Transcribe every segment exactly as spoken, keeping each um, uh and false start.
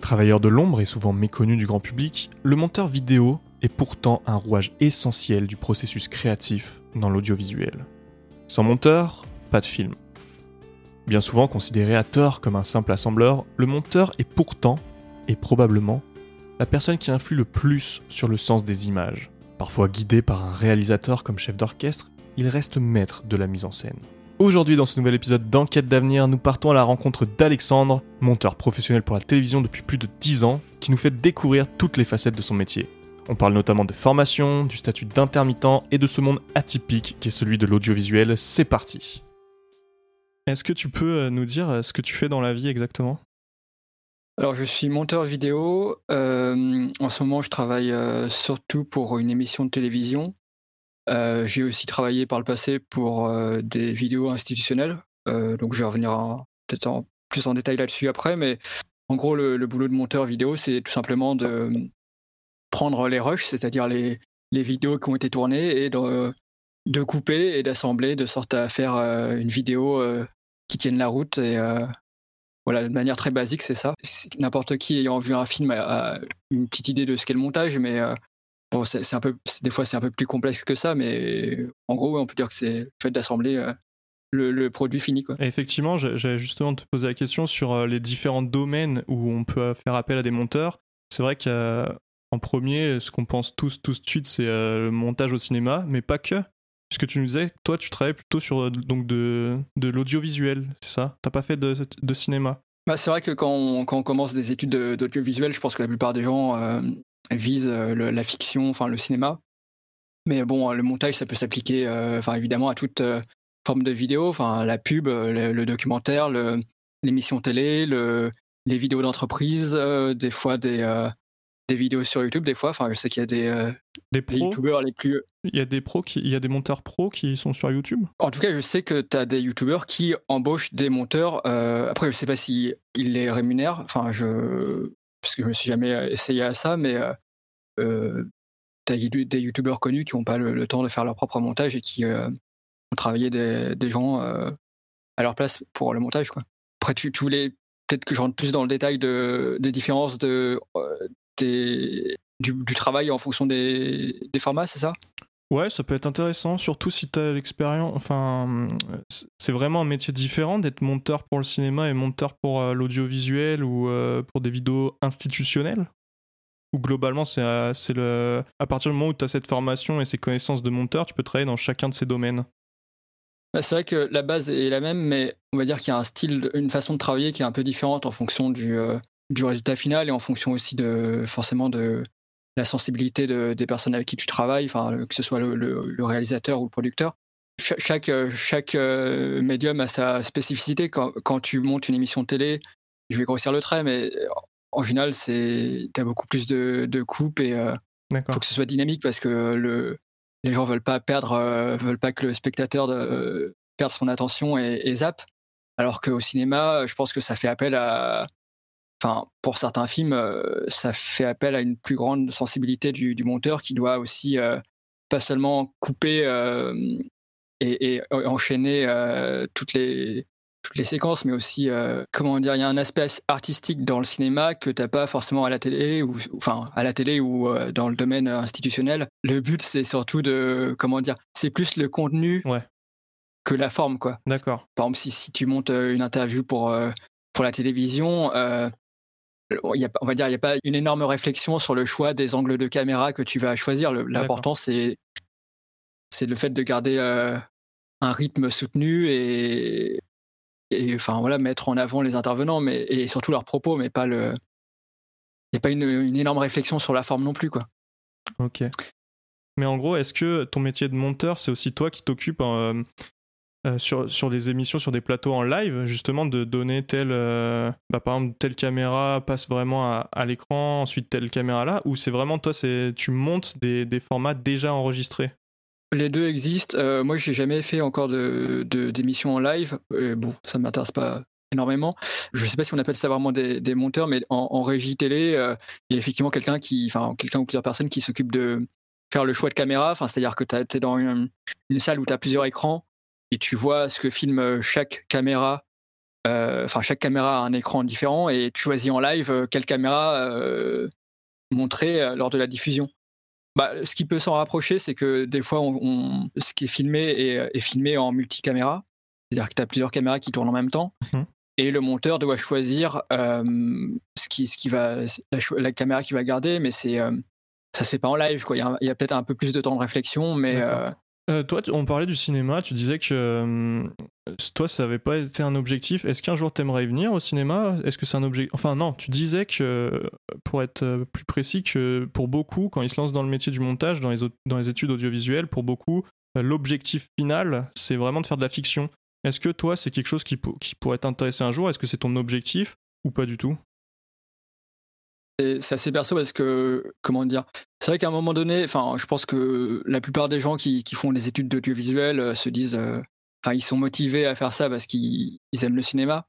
Travailleur de l'ombre et souvent méconnu du grand public, le monteur vidéo est pourtant un rouage essentiel du processus créatif dans l'audiovisuel. Sans monteur, pas de film. Bien souvent considéré à tort comme un simple assembleur, le monteur est pourtant, et probablement, la personne qui influe le plus sur le sens des images. Parfois guidé par un réalisateur comme chef d'orchestre, il reste maître de la mise en scène. Aujourd'hui, dans ce nouvel épisode d'Enquête d'avenir, nous partons à la rencontre d'Alexandre, monteur professionnel pour la télévision depuis plus de dix ans, qui nous fait découvrir toutes les facettes de son métier. On parle notamment de formation, du statut d'intermittent et de ce monde atypique qui est celui de l'audiovisuel. C'est parti. Est-ce que tu peux nous dire ce que tu fais dans la vie exactement ? Alors, je suis monteur vidéo. Euh, en ce moment, je travaille euh, surtout pour une émission de télévision. Euh, j'ai aussi travaillé par le passé pour euh, des vidéos institutionnelles. Euh, donc, je vais revenir en, peut-être en, plus en détail là-dessus après. Mais en gros, le, le boulot de monteur vidéo, c'est tout simplement de prendre les rushs, c'est-à-dire les, les vidéos qui ont été tournées, et de, de couper et d'assembler de sorte à faire euh, une vidéo euh, qui tienne la route. Et euh, voilà, de manière très basique, c'est ça. C'est, n'importe qui ayant vu un film a, a une petite idée de ce qu'est le montage, mais euh, bon, c'est, c'est un peu, c'est, des fois c'est un peu plus complexe que ça, mais en gros, on peut dire que c'est le fait d'assembler euh, le, le produit fini, quoi. Et effectivement, j'allais justement te poser la question sur les différents domaines où on peut faire appel à des monteurs. C'est vrai qu'en premier, ce qu'on pense tous, tous de suite, c'est euh, le montage au cinéma, mais pas que. Puisque tu nous disais, toi, tu travailles plutôt sur donc de, de l'audiovisuel, c'est ça ? T'as pas fait de, de cinéma ? Bah, c'est vrai que quand on, quand on commence des études de, d'audiovisuel, je pense que la plupart des gens euh, visent euh, le, la fiction, enfin le cinéma. Mais bon, le montage, ça peut s'appliquer euh, évidemment à toute euh, forme de vidéo, enfin la pub, le, le documentaire, le, l'émission télé, le, les vidéos d'entreprise, euh, des fois des, euh, des vidéos sur YouTube, des fois. Enfin, je sais qu'il y a des, euh, des, des youtubeurs les plus... Il y a des pros, qui, il y a des monteurs pros qui sont sur YouTube ? En tout cas, je sais que tu as des youtubeurs qui embauchent des monteurs. Euh, après, je sais pas si ils les rémunèrent. Enfin, je... Parce que je me suis jamais essayé à ça, mais... Euh, euh, t'as des youtubeurs connus qui n'ont pas le, le temps de faire leur propre montage et qui euh, ont travaillé des, des gens euh, à leur place pour le montage, quoi. Après, tu, tu voulais peut-être que je rentre plus dans le détail de, des différences de, euh, des, du, du travail en fonction des, des formats, c'est ça ? Ouais, ça peut être intéressant, surtout si tu as l'expérience. Enfin, c'est vraiment un métier différent d'être monteur pour le cinéma et monteur pour euh, l'audiovisuel ou euh, pour des vidéos institutionnelles. Ou globalement, c'est, euh, c'est le... à partir du moment où tu as cette formation et ces connaissances de monteur, tu peux travailler dans chacun de ces domaines. Bah, c'est vrai que la base est la même, mais on va dire qu'il y a un style, une façon de travailler qui est un peu différente en fonction du, euh, du résultat final et en fonction aussi de forcément de la sensibilité de, des personnes avec qui tu travailles, enfin, que ce soit le, le, le réalisateur ou le producteur. Ch- chaque chaque euh, médium a sa spécificité. Quand, quand tu montes une émission de télé, je vais grossir le trait, mais en général, c'est, t'as beaucoup plus de, de coupes et euh, faut que ce soit dynamique parce que le, les gens veulent pas perdre, euh, veulent pas que le spectateur de, euh, perde son attention et, et zappe. Alors qu'au cinéma, je pense que ça fait appel à, enfin, pour certains films, euh, ça fait appel à une plus grande sensibilité du, du monteur qui doit aussi euh, pas seulement couper euh, et, et enchaîner euh, toutes les toutes les séquences, mais aussi euh, comment dire, il y a un aspect artistique dans le cinéma que t'as pas forcément à la télé ou enfin à la télé ou euh, dans le domaine institutionnel. Le but, c'est surtout de comment dire, c'est plus le contenu ouais. que la forme, quoi. D'accord. Par exemple, si si tu montes une interview pour euh, pour la télévision. Euh, Il y a, on va dire, il n'y a pas une énorme réflexion sur le choix des angles de caméra que tu vas choisir. Le, l'important, c'est, c'est le fait de garder euh, un rythme soutenu et, et enfin, voilà, mettre en avant les intervenants mais, et surtout leurs propos, mais pas le. Il n'y a pas une, une énorme réflexion sur la forme non plus, quoi. Ok. Mais en gros, est-ce que ton métier de monteur, c'est aussi toi qui t'occupes euh, euh, sur, sur des émissions, sur des plateaux en live, justement, de donner telle, euh, bah, par exemple, telle caméra passe vraiment à, à l'écran, ensuite telle caméra là, ou c'est vraiment toi, c'est, tu montes des, des formats déjà enregistrés ? Les deux existent. Euh, moi, j'ai jamais fait encore de, de, d'émissions en live. Euh, bon, ça m'intéresse pas énormément. Je sais pas si on appelle ça vraiment des, des monteurs, mais en, en régie télé, euh, il y a effectivement quelqu'un qui, enfin, quelqu'un ou plusieurs personnes qui s'occupent de faire le choix de caméra. Enfin, c'est-à-dire que t'es dans une, une salle où tu as plusieurs écrans et tu vois ce que filme chaque caméra enfin, chaque caméra a un écran différent et tu choisis en live euh, quelle caméra euh, montrer euh, lors de la diffusion. Bah, ce qui peut s'en rapprocher, c'est que des fois, on, on- ce qui est filmé est, est filmé en multicaméra, c'est-à-dire que tu as plusieurs caméras qui tournent en même temps, Mhm. et le monteur doit choisir euh, ce, qui, ce qui va, la, cho- la caméra qu'il va garder, mais c'est, euh, ça se fait pas en live, quoi. Il y a, il y a peut-être un peu plus de temps de réflexion, mais D'accord. euh, Euh, toi, tu- on parlait du cinéma, tu disais que euh, toi, ça n'avait pas été un objectif. Est-ce qu'un jour t'aimerais y venir au cinéma? Est-ce que c'est un objectif? Enfin, non, tu disais que, pour être euh, plus précis, que pour beaucoup, quand ils se lancent dans le métier du montage, dans les, au- dans les études audiovisuelles, pour beaucoup, euh, l'objectif final, c'est vraiment de faire de la fiction. Est-ce que toi, c'est quelque chose qui, pour- qui pourrait t'intéresser un jour? Est-ce que c'est ton objectif ou pas du tout? c'est c'est assez perso parce que, comment dire, c'est vrai qu'à un moment donné, enfin, je pense que la plupart des gens qui, qui font des études d'audiovisuel euh, se disent, euh, enfin, ils sont motivés à faire ça parce qu'ils ils aiment le cinéma.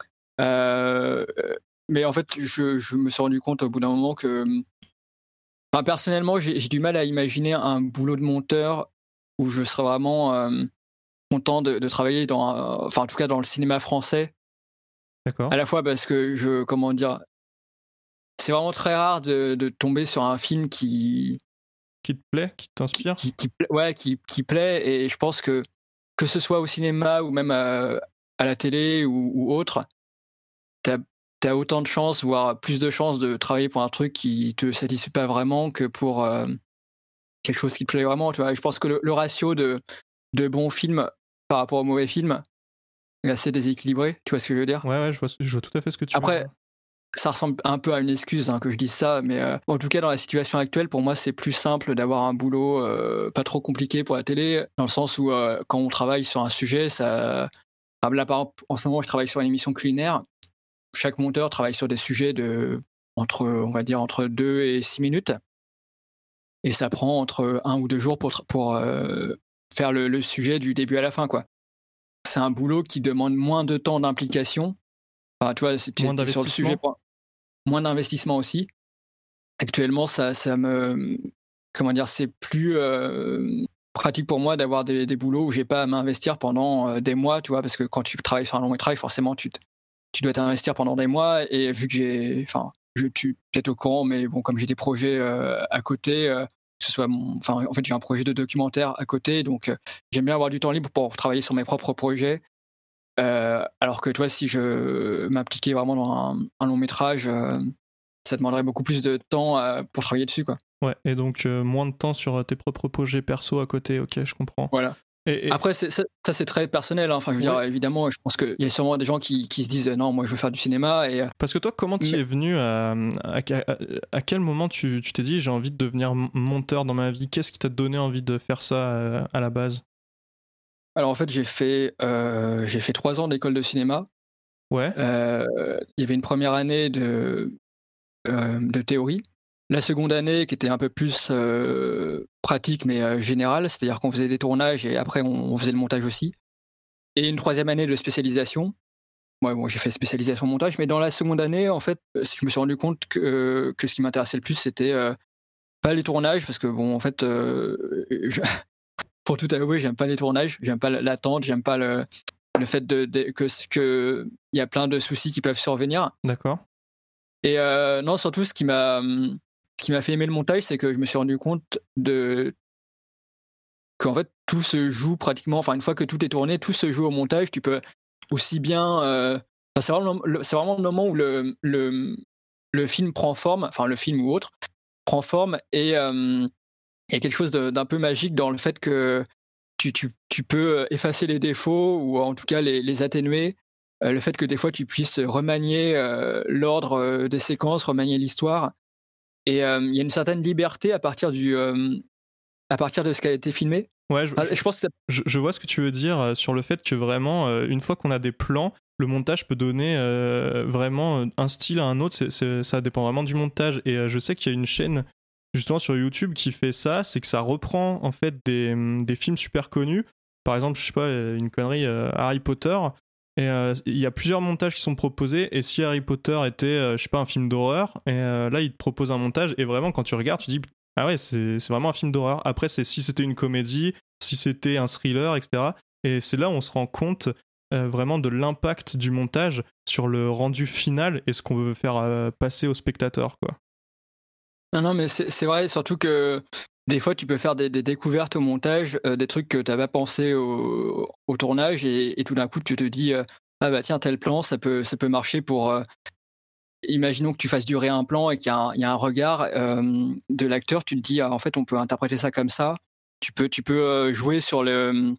Euh, mais en fait, je, je me suis rendu compte au bout d'un moment que, enfin, personnellement, j'ai j'ai du mal à imaginer un boulot de monteur où je serais vraiment euh, content de, de travailler dans, un- enfin, en tout cas, dans le cinéma français. D'accord. À la fois parce que je, comment dire, c'est vraiment très rare de, de tomber sur un film qui, Qui te plaît? Qui qui, t'inspire? qui, qui pla- ouais, qui, qui plaît. Et je pense que, que ce soit au cinéma ou même à, à la télé ou, ou autre, t'as as autant de chances, voire plus de chances de travailler pour un truc qui te satisfait pas vraiment que pour euh, quelque chose qui te plaît vraiment. Tu vois. Et je pense que le, le ratio de, de bons films par rapport aux mauvais films est assez déséquilibré. Tu vois ce que je veux dire? Ouais, ouais, je vois, je vois tout à fait ce que tu veux Après, dire. ça ressemble un peu à une excuse hein, que je dise ça, mais euh, en tout cas, dans la situation actuelle, pour moi, c'est plus simple d'avoir un boulot euh, pas trop compliqué pour la télé, dans le sens où euh, quand on travaille sur un sujet, ça. Enfin, là, par exemple, en ce moment, je travaille sur une émission culinaire. Chaque monteur travaille sur des sujets de entre, on va dire, entre deux et six minutes, et ça prend entre un ou deux jours pour pour euh, faire le, le sujet du début à la fin, quoi. C'est un boulot qui demande moins de temps d'implication. Enfin, tu vois, tu Moins es sur le sujet, d'investissement? moins d'investissement aussi. Actuellement, ça, ça me, comment dire, c'est plus euh, pratique pour moi d'avoir des, des boulots où j'ai pas à m'investir pendant euh, des mois, tu vois, parce que quand tu travailles sur un long métrage, forcément, tu, t- tu dois t'investir pendant des mois. Et vu que j'ai, enfin, je suis peut-être au courant, mais bon, comme j'ai des projets euh, à côté, euh, que ce soit mon, enfin, en fait, j'ai un projet de documentaire à côté, donc euh, j'aime bien avoir du temps libre pour travailler sur mes propres projets. Euh, alors que toi, si je m'impliquais vraiment dans un, un long métrage, euh, ça demanderait beaucoup plus de temps euh, pour travailler dessus, quoi. Ouais, et donc euh, moins de temps sur euh, tes propres projets perso à côté, ok, je comprends. Voilà. Et, et- Après, c'est, ça, ça, c'est très personnel. Hein. Enfin, je veux dire, ouais, évidemment, je pense qu'il y a sûrement des gens qui, qui se disent euh, non, moi, je veux faire du cinéma. Et, euh, parce que toi, comment tu mais, es venu à, à, à- à quel moment tu, tu t'es dit j'ai envie de devenir m- monteur dans ma vie? Qu'est-ce qui t'a donné envie de faire ça euh, à la base? alors, en fait, j'ai fait, euh, j'ai fait trois ans d'école de cinéma. Ouais, Euh, Il y avait une première année de, euh, de théorie. La seconde année, qui était un peu plus euh, pratique, mais euh, générale, c'est-à-dire qu'on faisait des tournages et après, on, on faisait le montage aussi. Et une troisième année de spécialisation. Ouais, bon, j'ai fait spécialisation montage, mais dans la seconde année, en fait, euh, je me suis rendu compte que, que ce qui m'intéressait le plus, c'était euh, pas les tournages, parce que bon, en fait, euh, je- pour tout avouer, j'aime pas les tournages, j'aime pas l'attente, j'aime pas le, le fait de, de- que que il y a plein de soucis qui peuvent survenir. d'accord. Et euh, non, surtout, ce qui m'a ce qui m'a fait aimer le montage, c'est que je me suis rendu compte de qu'en fait tout se joue pratiquement. Enfin, une fois que tout est tourné, tout se joue au montage. Tu peux aussi bien. euh, enfin, c'est vraiment, le- c'est vraiment le moment où le, le, le film prend forme, enfin le film ou autre, prend forme et euh, il y a quelque chose de- d'un peu magique dans le fait que tu, tu, tu peux effacer les défauts ou en tout cas les, les atténuer. Euh, le fait que des fois tu puisses remanier euh, l'ordre euh, des séquences, remanier l'histoire. Et euh, il y a une certaine liberté à partir, du, euh, à partir de ce qui a été filmé. Ouais, je, Enfin, je, je pense que ça. je- je vois ce que tu veux dire euh, sur le fait que vraiment, euh, une fois qu'on a des plans, le montage peut donner euh, vraiment euh, un style à un autre. C'est- c'est- ça dépend vraiment du montage. Et euh, je sais qu'il y a une chaîne justement sur YouTube qui fait ça, c'est que ça reprend en fait des, hum, des films super connus. Par exemple, je sais pas, euh, une connerie, euh, Harry Potter. Et euh, il y a plusieurs montages qui sont proposés. Et si Harry Potter était, euh, je sais pas, un film d'horreur, et euh, là, il te propose un montage. Et vraiment, quand tu regardes, tu dis, ah ouais, c'est c'est vraiment un film d'horreur. Après, c'est si c'était une comédie, si c'était un thriller, et cetera. Et c'est là où on se rend compte euh, vraiment de l'impact du montage sur le rendu final et ce qu'on veut faire euh, passer au spectateur, quoi. Non, non, mais c'est, c'est vrai, surtout que des fois, tu peux faire des, des découvertes au montage, euh, des trucs que tu n'as pas pensé au, au tournage, et, et tout d'un coup, tu te dis euh, ah bah tiens, tel plan, ça peut, ça peut marcher pour. Euh, imaginons que tu fasses durer un plan et qu'il y a un, il y a un regard euh, de l'acteur, tu te dis ah, en fait, on peut interpréter ça comme ça. Tu peux, tu peux euh, jouer sur le,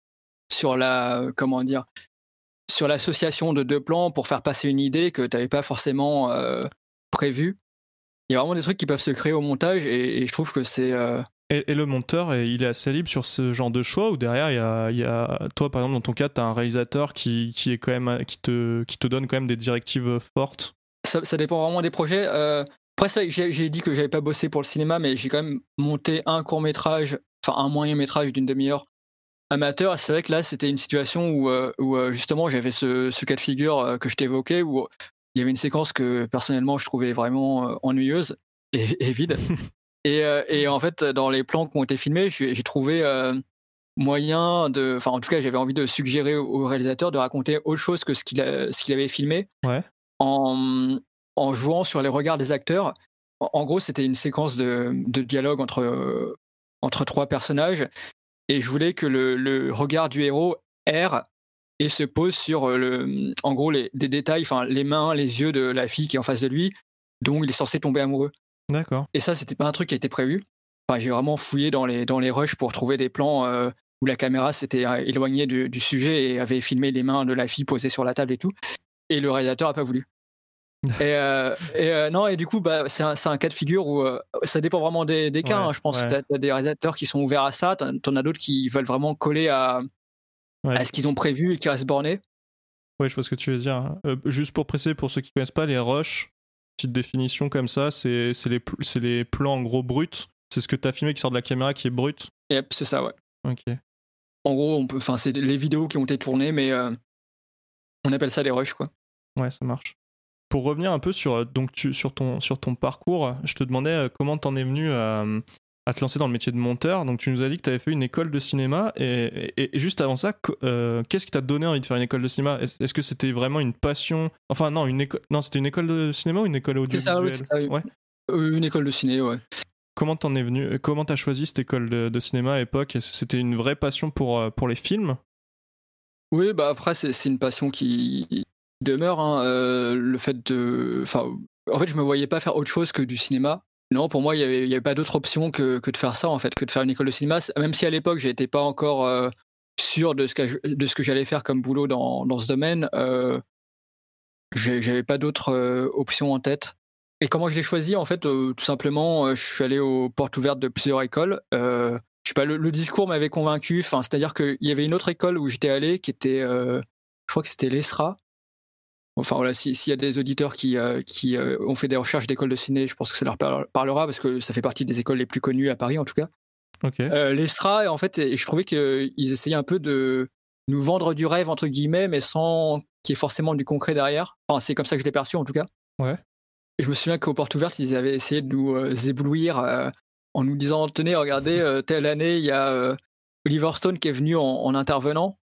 sur la, comment dire, sur l'association de deux plans pour faire passer une idée que tu n'avais pas forcément euh, prévue. Il y a vraiment des trucs qui peuvent se créer au montage, et, et je trouve que c'est. Euh... Et, et le monteur, il est assez libre sur ce genre de choix, ou derrière, il y a, il y a toi, par exemple, dans ton cas, tu as un réalisateur qui, qui, est quand même, qui, te, qui te donne quand même des directives fortes? Ça, ça dépend vraiment des projets. Euh, après, ça, j'ai, j'ai dit que j'avais pas bossé pour le cinéma, mais j'ai quand même monté un court-métrage, enfin un moyen-métrage d'une demi-heure amateur. Et c'est vrai que là, c'était une situation où, euh, où euh, justement, j'avais ce, ce cas de figure euh, que je t'évoquais, où il y avait une séquence que personnellement je trouvais vraiment euh, ennuyeuse et, et vide. et, euh, et en fait, dans les plans qui ont été filmés, j'ai, j'ai trouvé euh, moyen de. Enfin, en tout cas, j'avais envie de suggérer au, au réalisateur de raconter autre chose que ce qu'il, a, ce qu'il avait filmé. Ouais. En, en jouant sur les regards des acteurs. En, en gros, c'était une séquence de, de dialogue entre, euh, entre trois personnages, et je voulais que le, le regard du héros erre et se pose sur le, en gros les, des détails, enfin les mains, les yeux de la fille qui est en face de lui, dont il est censé tomber amoureux. D'accord. Et ça, c'était pas un truc qui a été prévu. Enfin, j'ai vraiment fouillé dans les, dans les rushs pour trouver des plans euh, où la caméra s'était éloignée du, du sujet et avait filmé les mains de la fille posées sur la table et tout. Et le réalisateur a pas voulu. et, euh, et euh, non, et du coup, bah, c'est, un, c'est un cas de figure où euh, ça dépend vraiment des, des cas. Ouais, hein, je pense ouais. que tu as des réalisateurs qui sont ouverts à ça, tu en as d'autres qui veulent vraiment coller à, ouais. à ce qu'ils ont prévu et qui restent bornés. Oui, je vois ce que tu veux dire. Euh, juste pour préciser, pour ceux qui ne connaissent pas, les rushs, petite définition comme ça, c'est, c'est, les, c'est les plans en gros bruts. C'est ce que tu as filmé qui sort de la caméra qui est brut. Yep, c'est ça, ouais. Ok. En gros, on peut, c'est les vidéos qui ont été tournées, mais euh, on appelle ça des rushs, quoi. Ouais, ça marche. Pour revenir un peu sur, donc tu, sur, ton, sur ton parcours, je te demandais comment t'en es venu à, à te lancer dans le métier de monteur. Donc tu nous as dit que tu avais fait une école de cinéma, et, et, et juste avant ça, euh, qu'est-ce qui t'a donné envie de faire une école de cinéma? Est-ce, est-ce que c'était vraiment une passion? Enfin non, une éco... non, c'était une école de cinéma ou une école audiovisuelle? C'est ça, oui, c'est ça, oui. Ouais. Euh, une école de ciné, ouais. Comment t'en es venu? Comment t'as choisi cette école de, de cinéma à l'époque? Est-ce que c'était une vraie passion pour, pour les films? Oui, bah après c'est, c'est une passion qui demeure, hein, euh, le fait de, enfin, en fait je me voyais pas faire autre chose que du cinéma. Non, pour moi il y avait, il y avait pas d'autre option que, que de faire ça en fait, que de faire une école de cinéma. Même si à l'époque j'étais pas encore euh, sûr de ce que de ce que j'allais faire comme boulot dans dans ce domaine, euh, j'avais pas d'autre euh, option en tête. Et comment je l'ai choisi en fait, euh, tout simplement, euh, je suis allé aux portes ouvertes de plusieurs écoles. Euh, je sais pas, le, le discours m'avait convaincu. Enfin, c'est-à-dire qu'il y avait une autre école où j'étais allé qui était, euh, je crois que c'était l'E S R A. Enfin voilà, s'il si y a des auditeurs qui, euh, qui euh, ont fait des recherches d'écoles de ciné, je pense que ça leur parlera parce que ça fait partie des écoles les plus connues à Paris en tout cas. Okay. Euh, L'E S R A, en fait, et je trouvais qu'ils essayaient un peu de nous vendre du rêve entre guillemets, mais sans qu'il y ait forcément du concret derrière. Enfin, c'est comme ça que je l'ai perçu en tout cas. Ouais. Et je me souviens qu'aux portes ouvertes, ils avaient essayé de nous euh, éblouir euh, en nous disant tenez, regardez, euh, telle année, il y a euh, Oliver Stone qui est venu en, en intervenant.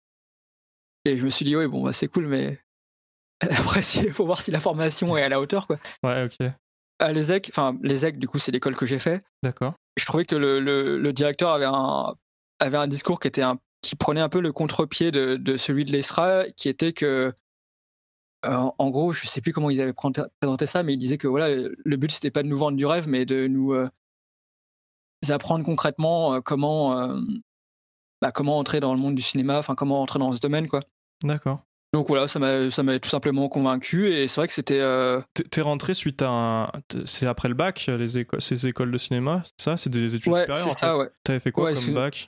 Et je me suis dit, oui, bon, bah, c'est cool, mais après, il faut voir si la formation est à la hauteur, quoi. Ouais, ok. À l'E S E C, enfin, l'E S E C, du coup, c'est l'école que j'ai fait. D'accord. Je trouvais que le, le, le directeur avait un, avait un discours qui, était un, qui prenait un peu le contre-pied de, de celui de l'E S R A, qui était que. Euh, en gros, je sais plus comment ils avaient présenté ça, mais ils disaient que voilà, le but c'était pas de nous vendre du rêve, mais de nous euh, apprendre concrètement euh, comment, euh, bah, comment entrer dans le monde du cinéma, enfin comment entrer dans ce domaine, quoi. D'accord. Donc voilà, ça m'a, ça m'a tout simplement convaincu, et c'est vrai que c'était. Euh... T'es rentré suite à un, c'est après le bac, les écoles, ces écoles de cinéma, c'est ça, c'est des études ouais, supérieures. C'est en ça, fait. ouais. T'avais fait quoi ouais, comme bac?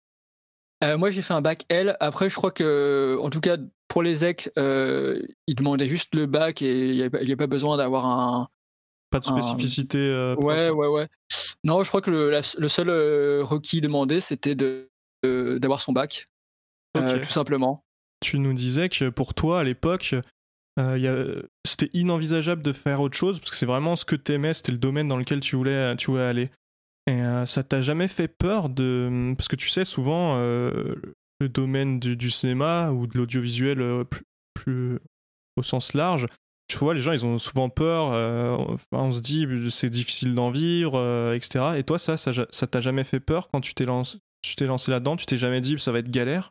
euh, Moi, j'ai fait un bac L. Après, je crois que, en tout cas. Pour les E C, euh, ils demandaient juste le bac et il n'y avait, avait pas besoin d'avoir un. Pas de spécificité. Un... Euh, ouais, ouais, ouais. Non, je crois que le, la, le seul euh, requis demandé, c'était de, euh, d'avoir son bac. Okay. Euh, tout simplement. Tu nous disais que pour toi, à l'époque, euh, y a... c'était inenvisageable de faire autre chose parce que c'est vraiment ce que tu aimais, c'était le domaine dans lequel tu voulais, tu voulais aller. Et euh, ça t'a jamais fait peur de. Parce que tu sais, souvent. Euh... le domaine du, du cinéma ou de l'audiovisuel euh, plus, plus au sens large, tu vois, les gens, ils ont souvent peur. Euh, enfin, on se dit, c'est difficile d'en vivre, euh, et cetera. Et toi, ça, ça, ça t'a jamais fait peur quand tu t'es lancé, tu t'es lancé là-dedans? Tu t'es jamais dit, ça va être galère?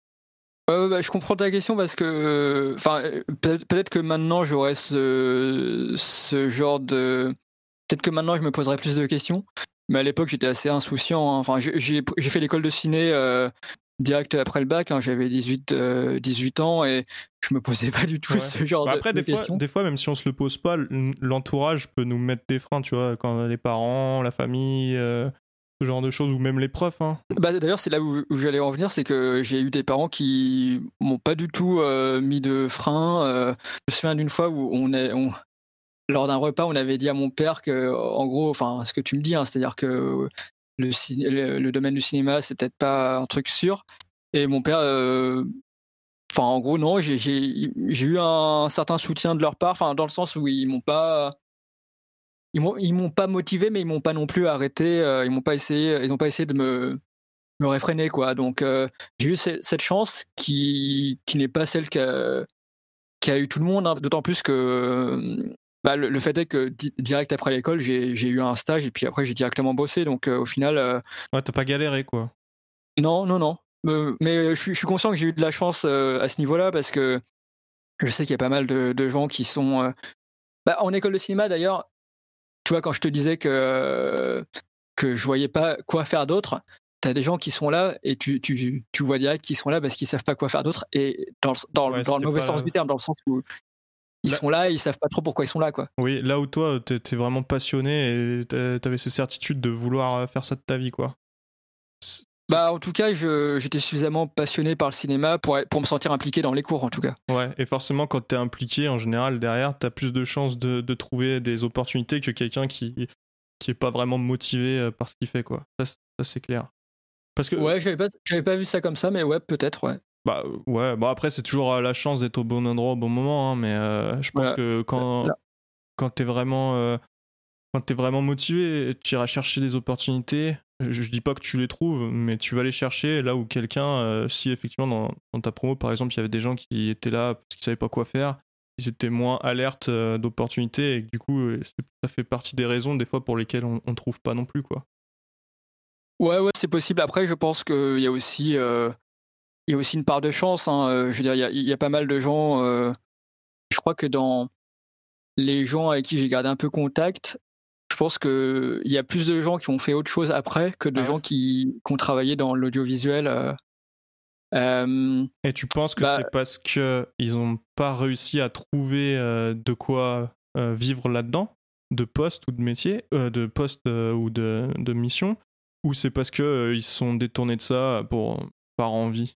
Euh, bah, je comprends ta question parce que, enfin, euh, peut-être, peut-être que maintenant j'aurais ce, ce genre de, peut-être que maintenant je me poserais plus de questions. Mais à l'époque j'étais assez insouciant, hein. Enfin, j'ai, j'ai j'ai fait l'école de ciné euh, direct après le bac, hein. J'avais dix-huit, euh, dix-huit ans et je me posais pas du tout Ouais. ce genre Bah de, après, de des fois, questions. des fois, même si on se le pose pas, l'entourage peut nous mettre des freins, tu vois, quand les parents, la famille, euh, ce genre de choses, ou même les profs, hein. Bah, d'ailleurs, c'est là où, où j'allais en venir, c'est que j'ai eu des parents qui m'ont pas du tout euh, mis de frein. Euh, je me souviens d'une fois où on est, on, lors d'un repas, on avait dit à mon père que, en gros, enfin, ce que tu me dis, hein, c'est-à-dire que le, ciné- le, le domaine du cinéma, c'est peut-être pas un truc sûr. Et mon père, euh, enfin, en gros, non, j'ai, j'ai, j'ai eu un certain soutien de leur part, enfin, dans le sens où ils m'ont pas, ils m'ont, ils m'ont pas motivé, mais ils m'ont pas non plus arrêté. Euh, ils m'ont pas essayé, ils ont pas essayé de me me réfréner, quoi. Donc euh, j'ai eu ce- cette chance qui qui n'est pas celle qu'a qu'a eu tout le monde, hein. D'autant plus que euh, bah, le, le fait est que di- direct après l'école j'ai j'ai eu un stage et puis après j'ai directement bossé, donc euh, au final euh, Ouais, t'as pas galéré, quoi. non non non. Euh, mais je suis je suis conscient que j'ai eu de la chance euh, à ce niveau-là parce que je sais qu'il y a pas mal de, de gens qui sont euh, bah, en école de cinéma d'ailleurs. Tu vois, quand je te disais que que je voyais pas quoi faire d'autre, t'as des gens qui sont là et tu, tu, tu vois direct qu'ils sont là parce qu'ils savent pas quoi faire d'autre, et dans le, dans, le- Ouais, dans le c'était mauvais pas sens la... du terme, dans le sens où ils Là... sont là et ils savent pas trop pourquoi ils sont là, quoi. Oui, là où toi, t'es t'es vraiment passionné et t'as- t'avais ces certitudes de vouloir euh, faire ça de ta vie, quoi. C'est- Bah, en tout cas, je, j'étais suffisamment passionné par le cinéma pour, pour me sentir impliqué dans les cours, en tout cas. Ouais, et forcément, quand t'es impliqué, en général, derrière, t'as plus de chances de, de trouver des opportunités que quelqu'un qui, qui est pas vraiment motivé euh, par ce qu'il fait, quoi. Ça, c'est- ça, c'est clair. Parce que, Ouais, j'avais pas, j'avais pas vu ça comme ça, mais ouais, peut-être, ouais. bah, euh, ouais, bon, après, c'est toujours euh, la chance d'être au bon endroit au bon moment, hein, mais euh, je pense Voilà. que quand, Là. quand t'es vraiment, euh, quand t'es vraiment motivé, tu iras chercher des opportunités. Je, je dis pas que tu les trouves, mais tu vas les chercher là où quelqu'un, euh, si effectivement dans, dans ta promo, par exemple, il y avait des gens qui étaient là parce qu'ils savaient pas quoi faire, ils étaient moins alertes euh, d'opportunités et que, du coup, euh, c'est- ça fait partie des raisons des fois pour lesquelles on, on trouve pas non plus, quoi. Ouais, ouais, c'est possible. Après, je pense qu'il y a aussi, euh, il y a aussi une part de chance, hein. Euh, Je veux dire, il y a, il y a pas mal de gens. Euh, je crois que dans les gens avec qui j'ai gardé un peu contact, je pense qu'il y a plus de gens qui ont fait autre chose après que de Ah ouais? gens qui, qui ont travaillé dans l'audiovisuel. Euh, euh, Et tu penses que bah, c'est parce que ils ont pas réussi à trouver euh, de quoi euh, vivre là-dedans, de poste ou de métier, euh, de poste euh, ou de, de mission, ou c'est parce que euh, ils se sont détournés de ça pour par envie?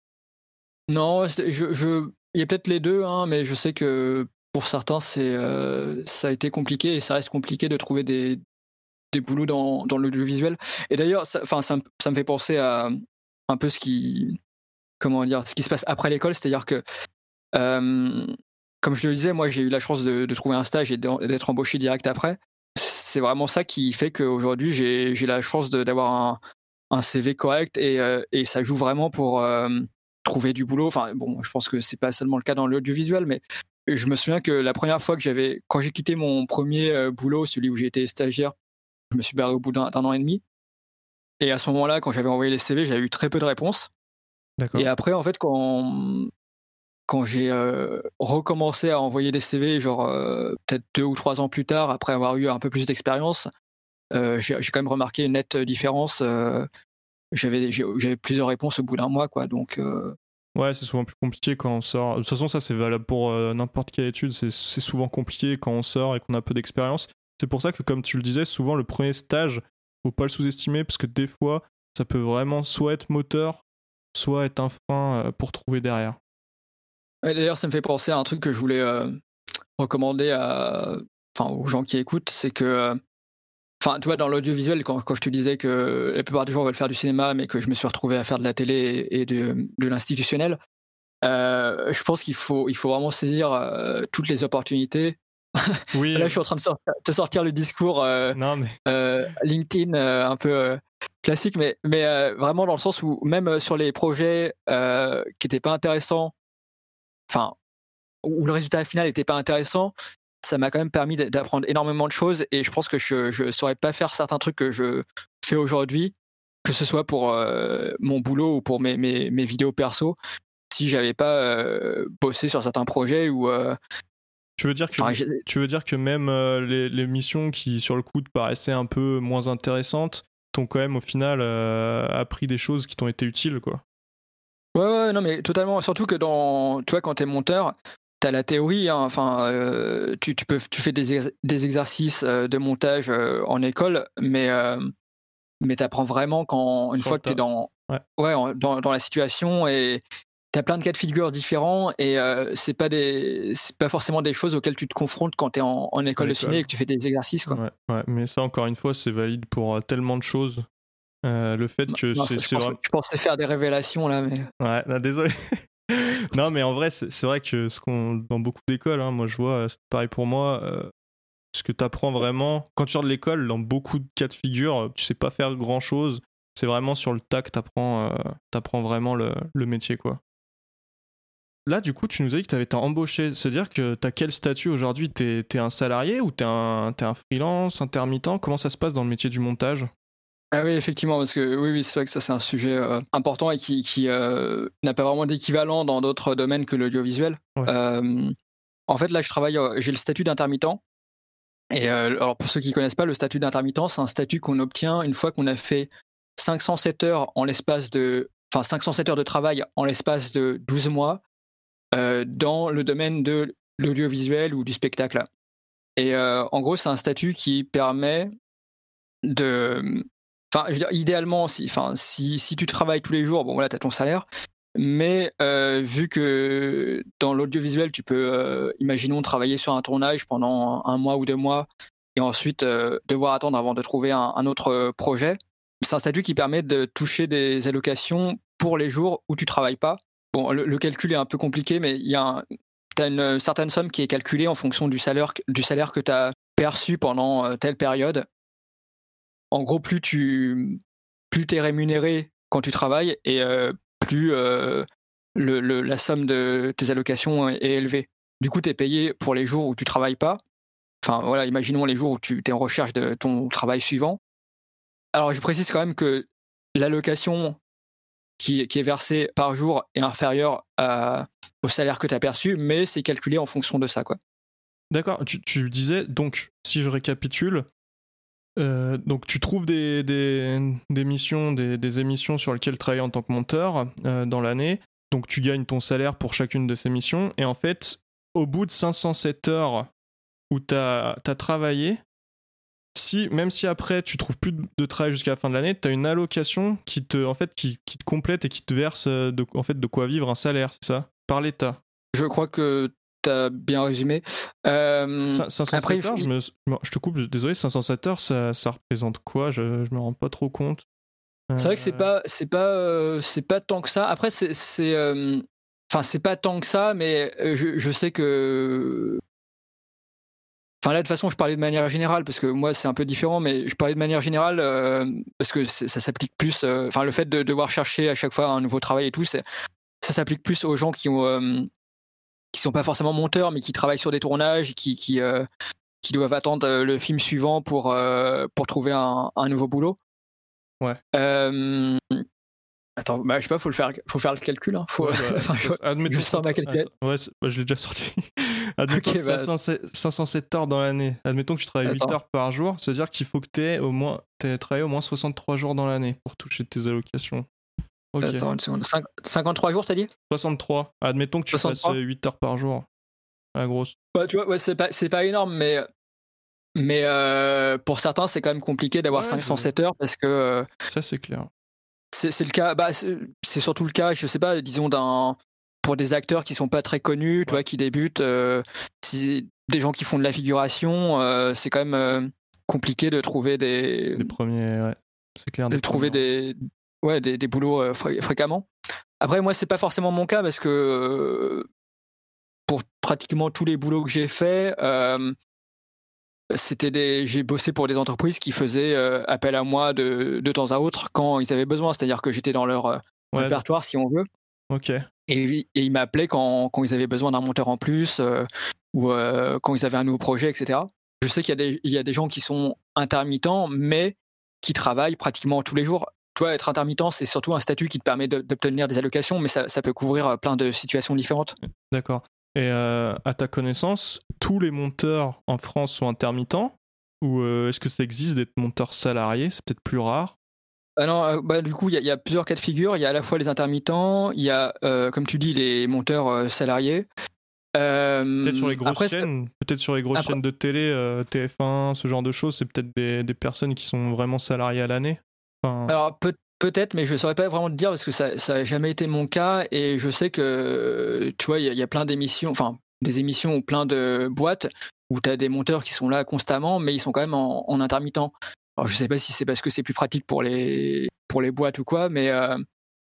non, c'est- je, je, il y a peut-être les deux, hein, mais je sais que pour certains, c'est, euh, ça a été compliqué et ça reste compliqué de trouver des, des boulots dans, dans l'audiovisuel. Et d'ailleurs, ça, enfin, ça, me- ça me fait penser à un peu ce qui, comment dire, ce qui se passe après l'école, c'est-à-dire que Euh, comme je te le disais, moi j'ai eu la chance de, de trouver un stage et d'en- d'être embauché direct après. C'est vraiment ça qui fait qu'aujourd'hui j'ai j'ai la chance de- d'avoir un, un C V correct et, euh, et ça joue vraiment pour euh, trouver du boulot. Enfin bon, je pense que c'est pas seulement le cas dans l'audiovisuel, mais je me souviens que la première fois que j'avais, quand j'ai quitté mon premier euh, boulot, celui où j'ai été stagiaire, je me suis barré au bout d'un d'un an et demi. Et à ce moment-là, quand j'avais envoyé les C V, j'avais eu très peu de réponses. Et D'accord. après, en fait, quand quand j'ai euh, recommencé à envoyer des C V, genre euh, peut-être deux ou trois ans plus tard, après avoir eu un peu plus d'expérience, euh, j'ai, j'ai quand même remarqué une nette différence. Euh, j'avais, j'ai- j'avais plusieurs réponses au bout d'un mois, quoi. Donc, euh, Ouais, c'est souvent plus compliqué quand on sort. De toute façon, ça c'est valable pour euh, n'importe quelle étude. C'est c'est souvent compliqué quand on sort et qu'on a peu d'expérience. C'est pour ça que, comme tu le disais, souvent le premier stage, faut pas le sous-estimer parce que des fois, ça peut vraiment soit être moteur, soit être un frein euh, pour trouver derrière. ouais, d'ailleurs, ça me fait penser à un truc que je voulais euh, recommander à, enfin, aux gens qui écoutent, c'est que, euh, enfin, tu vois, dans l'audiovisuel, quand, quand je te disais que la plupart des gens veulent faire du cinéma, mais que je me suis retrouvé à faire de la télé et de, de l'institutionnel, euh, je pense qu'il faut, il faut vraiment saisir euh, toutes les opportunités. Oui, Là, je euh, suis en train de sortir, te sortir le discours euh, non mais euh, LinkedIn euh, un peu. Euh, classique, mais, mais euh, vraiment dans le sens où même euh, sur les projets euh, qui n'étaient pas intéressants, enfin, où le résultat final n'était pas intéressant, ça m'a quand même permis d'apprendre énormément de choses et je pense que je ne saurais pas faire certains trucs que je fais aujourd'hui, que ce soit pour euh, mon boulot ou pour mes, mes, mes vidéos perso, si j'avais pas euh, bossé sur certains projets ou... Euh, tu, veux dire que, tu veux dire que même euh, les, les missions qui, sur le coup, te paraissaient un peu moins intéressantes, t'ont quand même, au final, euh, appris des choses qui t'ont été utiles, quoi. Ouais, ouais, non, mais totalement. Surtout que dans, tu vois, quand t'es monteur, t'as la théorie, hein, enfin, euh, tu, tu, peux, tu fais des, ex- des exercices euh, de montage euh, en école, mais, euh, mais t'apprends vraiment quand, une Sur fois le que t'es tas. dans, Ouais. ouais, en- dans, dans la situation et t'as plein de cas de figure différents et euh, c'est pas des, c'est pas forcément des choses auxquelles tu te confrontes quand t'es en, en école de ciné et que tu fais des exercices, quoi. Ouais, ouais, mais ça, encore une fois, c'est valide pour euh, tellement de choses. Euh, le fait que Non, c'est, je, c'est pensais, vraiment... je pensais faire des révélations là, mais. Ouais, non, désolé. Non, mais en vrai, c'est, c'est vrai que ce qu'on, dans beaucoup d'écoles, hein, moi je vois, c'est pareil pour moi, euh, ce que tu apprends vraiment, quand tu sors de l'école, dans beaucoup de cas de figure, tu sais pas faire grand chose, c'est vraiment sur le tas que tu apprends, euh, t'apprends vraiment le, le métier, quoi. Là, du coup, tu nous as dit que tu avais été embauché, c'est-à-dire que tu as quel statut aujourd'hui? T'es, t'es un salarié ou t'es un, t'es un freelance, intermittent? Comment ça se passe dans le métier du montage? Ah oui, effectivement, parce que oui, oui, c'est vrai que ça c'est un sujet euh, important et qui, qui euh, n'a pas vraiment d'équivalent dans d'autres domaines que l'audiovisuel. Ouais. Euh, en fait, là, je travaille, euh, j'ai le statut d'intermittent. Et euh, alors, pour ceux qui connaissent pas, le statut d'intermittent, c'est un statut qu'on obtient une fois qu'on a fait cinq cent sept heures en l'espace de, enfin cinq cent sept heures de travail en l'espace de douze mois euh, dans le domaine de l'audiovisuel ou du spectacle. Et euh, en gros, c'est un statut qui permet de. Enfin, je veux dire, idéalement, si, enfin, si, si tu travailles tous les jours, bon voilà, tu as ton salaire. Mais euh, vu que dans l'audiovisuel, tu peux, euh, imaginons, travailler sur un tournage pendant un mois ou deux mois et ensuite euh, devoir attendre avant de trouver un, un autre projet, c'est un statut qui permet de toucher des allocations pour les jours où tu travailles pas. Bon, le, le calcul est un peu compliqué, mais il y a un, t'as une certaine somme qui est calculée en fonction du salaire, du salaire que tu as perçu pendant euh, telle période. En gros, plus tu plus t'es rémunéré quand tu travailles et euh, plus euh, le, le, la somme de tes allocations est élevée. Du coup, tu es payé pour les jours où tu travailles pas. Enfin, voilà, imaginons les jours où tu es en recherche de ton travail suivant. Alors, je précise quand même que l'allocation qui, qui est versée par jour est inférieure à, au salaire que tu as perçu, mais c'est calculé en fonction de ça, quoi. D'accord, tu, tu disais, donc, si je récapitule, Euh, donc tu trouves des, des, des missions, des, des émissions sur lesquelles travailler en tant que monteur euh, dans l'année, donc tu gagnes ton salaire pour chacune de ces missions, et en fait, au bout de cinq cent sept heures où tu as travaillé, si, même si après tu trouves plus de, de travail jusqu'à la fin de l'année, tu as une allocation qui te, en fait, qui, qui te complète et qui te verse de, en fait, de quoi vivre un salaire, c'est ça? Par l'État. Je crois que t'as bien résumé. Euh, cinq cent sept après, heures, je, me, je te coupe, désolé, cinq cent sept heures, ça, ça représente quoi? Je, je me rends pas trop compte. c'est vrai que c'est pas, c'est pas, euh, c'est pas tant que ça. Après, c'est, c'est, euh, enfin, c'est pas tant que ça, mais euh, je, je sais que, enfin là, de toute façon, je parlais de manière générale parce que moi, c'est un peu différent, mais je parlais de manière générale euh, parce que c'est- ça s'applique plus. euh, Enfin, le fait de devoir chercher à chaque fois un nouveau travail et tout, c'est, ça s'applique plus aux gens qui ont, euh, qui sont pas forcément monteurs, mais qui travaillent sur des tournages, qui, qui, euh, qui doivent attendre euh, le film suivant pour, euh, pour trouver un, un nouveau boulot. Ouais. Euh, Attends, bah, je sais pas, faut le faire, faut faire le calcul. Hein. Faut, Ouais, bah, enfin, je, admettons je sors ma calculette. Attends, ouais, bah, je l'ai déjà sorti. Admettons Ok, que bah, cinq cent sept, cinq cent sept heures dans l'année. Admettons que tu travailles attends. huit heures par jour. C'est-à-dire qu'il faut que tu aies au moins t'aies travaillé au moins soixante-trois jours dans l'année pour toucher tes allocations. Ok. Attends une seconde. Cinq- cinquante-trois jours, t'as dit? soixante-trois. Admettons que tu fasses soixante-trois. huit heures par jour. La grosse. Bah, tu vois, ouais, c'est pas, c'est pas énorme, mais, mais euh, pour certains, c'est quand même compliqué d'avoir Ouais, cinq cent je- sept heures parce que euh, Ça, c'est clair. c'est, c'est le cas. Bah, c'est, c'est surtout le cas, je sais pas, disons d'un pour des acteurs qui sont pas très connus, Ouais. tu vois, qui débutent, euh, si, des gens qui font de la figuration, euh, c'est quand même euh, compliqué de trouver des, Des premiers, ouais. C'est clair. de Des trouver premiers. des, ouais, des, des boulots euh, fré- fréquemment. Après, moi, c'est pas forcément mon cas parce que euh, pour pratiquement tous les boulots que j'ai faits, euh, c'était des, j'ai bossé pour des entreprises qui faisaient euh, appel à moi de, de temps à autre quand ils avaient besoin. C'est-à-dire que j'étais dans leur euh, Ouais, répertoire, si on veut. ok. Et, et ils m'appelaient quand, quand ils avaient besoin d'un monteur en plus euh, ou euh, quand ils avaient un nouveau projet, et cetera. Je sais qu'il y a des, il y a des gens qui sont intermittents, mais qui travaillent pratiquement tous les jours. Toi, être intermittent, c'est surtout un statut qui te permet de, d'obtenir des allocations, mais ça, ça peut couvrir plein de situations différentes. D'accord. Et euh, à ta connaissance, tous les monteurs en France sont intermittents ou euh, est-ce que ça existe d'être monteur salarié? C'est peut-être plus rare. Ah non, euh, bah, du coup, il y, y a plusieurs cas de figure. Il y a à la fois les intermittents, il y a, euh, comme tu dis, les monteurs euh, salariés. Euh, Peut-être sur les grosses après, chaînes, peut-être sur les grosses après, chaînes de télé, euh, T F un, ce genre de choses, c'est peut-être des, des personnes qui sont vraiment salariées à l'année. Enfin... Alors peut, peut-être, mais je ne saurais pas vraiment te dire parce que ça n'a jamais été mon cas et je sais que, tu vois, il y, y a plein d'émissions, enfin des émissions ou plein de boîtes où tu as des monteurs qui sont là constamment, mais ils sont quand même en, en intermittent. Alors je sais pas si c'est parce que c'est plus pratique pour les, pour les boîtes ou quoi, mais euh,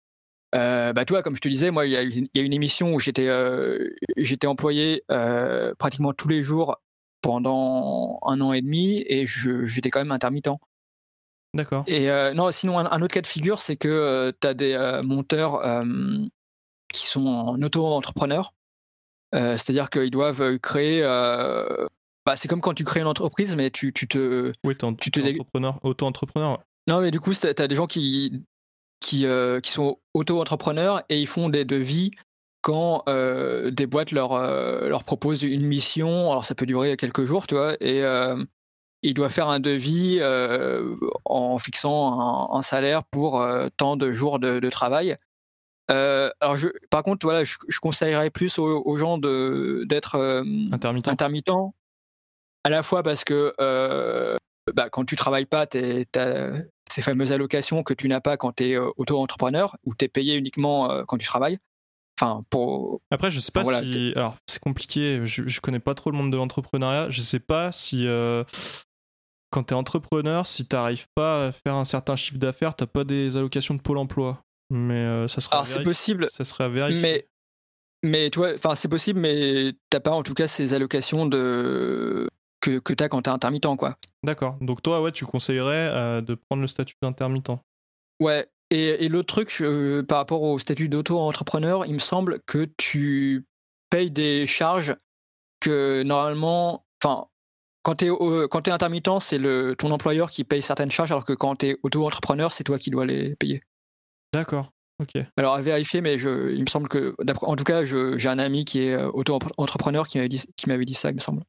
euh, bah, tu vois, comme je te disais, moi, il y, y a une émission où j'étais, euh, j'étais employé euh, pratiquement tous les jours pendant un an et demi et je, j'étais quand même intermittent. D'accord. Et euh, non, sinon, un, un autre cas de figure, c'est que euh, tu as des euh, monteurs euh, qui sont en auto-entrepreneurs. Euh, c'est-à-dire qu'ils doivent créer. Euh, bah, c'est comme quand tu crées une entreprise, mais tu, tu te. Oui, t'es, Tu t'es te entrepreneur, auto-entrepreneur. Ouais. Non, mais du coup, tu as des gens qui, qui, euh, qui sont auto-entrepreneurs et ils font des devis quand euh, des boîtes leur, euh, leur proposent une mission. Alors, ça peut durer quelques jours, tu vois, et. Euh, il doit faire un devis euh, en fixant un, un salaire pour euh, tant de jours de, de travail. Euh, alors, je, par contre, voilà, je, je conseillerais plus aux, aux gens de, d'être euh, Intermittent. intermittents, à la fois parce que euh, bah, quand tu travailles pas, tu as ces fameuses allocations que tu n'as pas quand tu es euh, auto-entrepreneur, ou tu es payé uniquement euh, quand tu travailles. Enfin, pour... Après, je sais pas enfin, voilà, si. t'es... Alors, c'est compliqué, je, je connais pas trop le monde de l'entrepreneuriat. Je sais pas si. Euh... Quand t'es entrepreneur, si t'arrives pas à faire un certain chiffre d'affaires, t'as pas des allocations de Pôle emploi. Mais euh, ça serait Alors, c'est possible, ça serait à vérifier. mais. Mais tu vois, enfin c'est possible, mais t'as pas en tout cas ces allocations de que, que t'as quand t'es intermittent, quoi. D'accord. Donc toi, ouais, tu conseillerais euh, de prendre le statut d'intermittent. Ouais. Et, et l'autre truc, euh, par rapport au statut d'auto-entrepreneur, il me semble que tu payes des charges que normalement, enfin, quand t'es euh, quand t'es intermittent, c'est le ton employeur qui paye certaines charges, alors que quand t'es auto-entrepreneur, c'est toi qui dois les payer. D'accord. Ok. Alors à vérifier, mais je, il me semble que, en tout cas, je, j'ai un ami qui est auto-entrepreneur qui m'avait dit, qui m'avait dit ça, il me semble.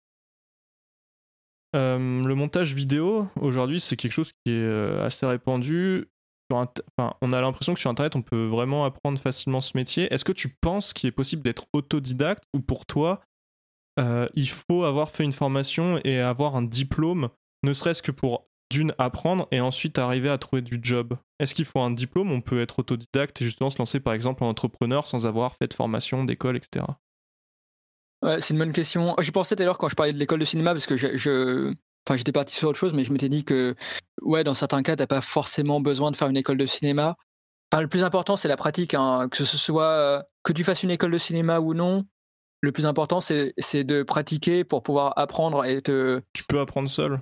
Euh, le montage vidéo, aujourd'hui, c'est quelque chose qui est euh, assez répandu. Sur int- enfin, on a l'impression que sur Internet, on peut vraiment apprendre facilement ce métier. Est-ce que tu penses qu'il est possible d'être autodidacte ou pour toi, euh, il faut avoir fait une formation et avoir un diplôme, ne serait-ce que pour d'une apprendre et ensuite arriver à trouver du job? Est-ce qu'il faut un diplôme? On peut être autodidacte et justement se lancer par exemple en entrepreneur sans avoir fait de formation, d'école, et cetera. Ouais, c'est une bonne question. J'y pensais d'ailleurs quand je parlais de l'école de cinéma, parce que je, je... Enfin, j'étais parti sur autre chose, mais je m'étais dit que, ouais, dans certains cas, t'as pas forcément besoin de faire une école de cinéma. Enfin, le plus important, c'est la pratique, hein. Que ce soit euh, que tu fasses une école de cinéma ou non, le plus important, c'est, c'est de pratiquer pour pouvoir apprendre et te. Tu peux apprendre seul?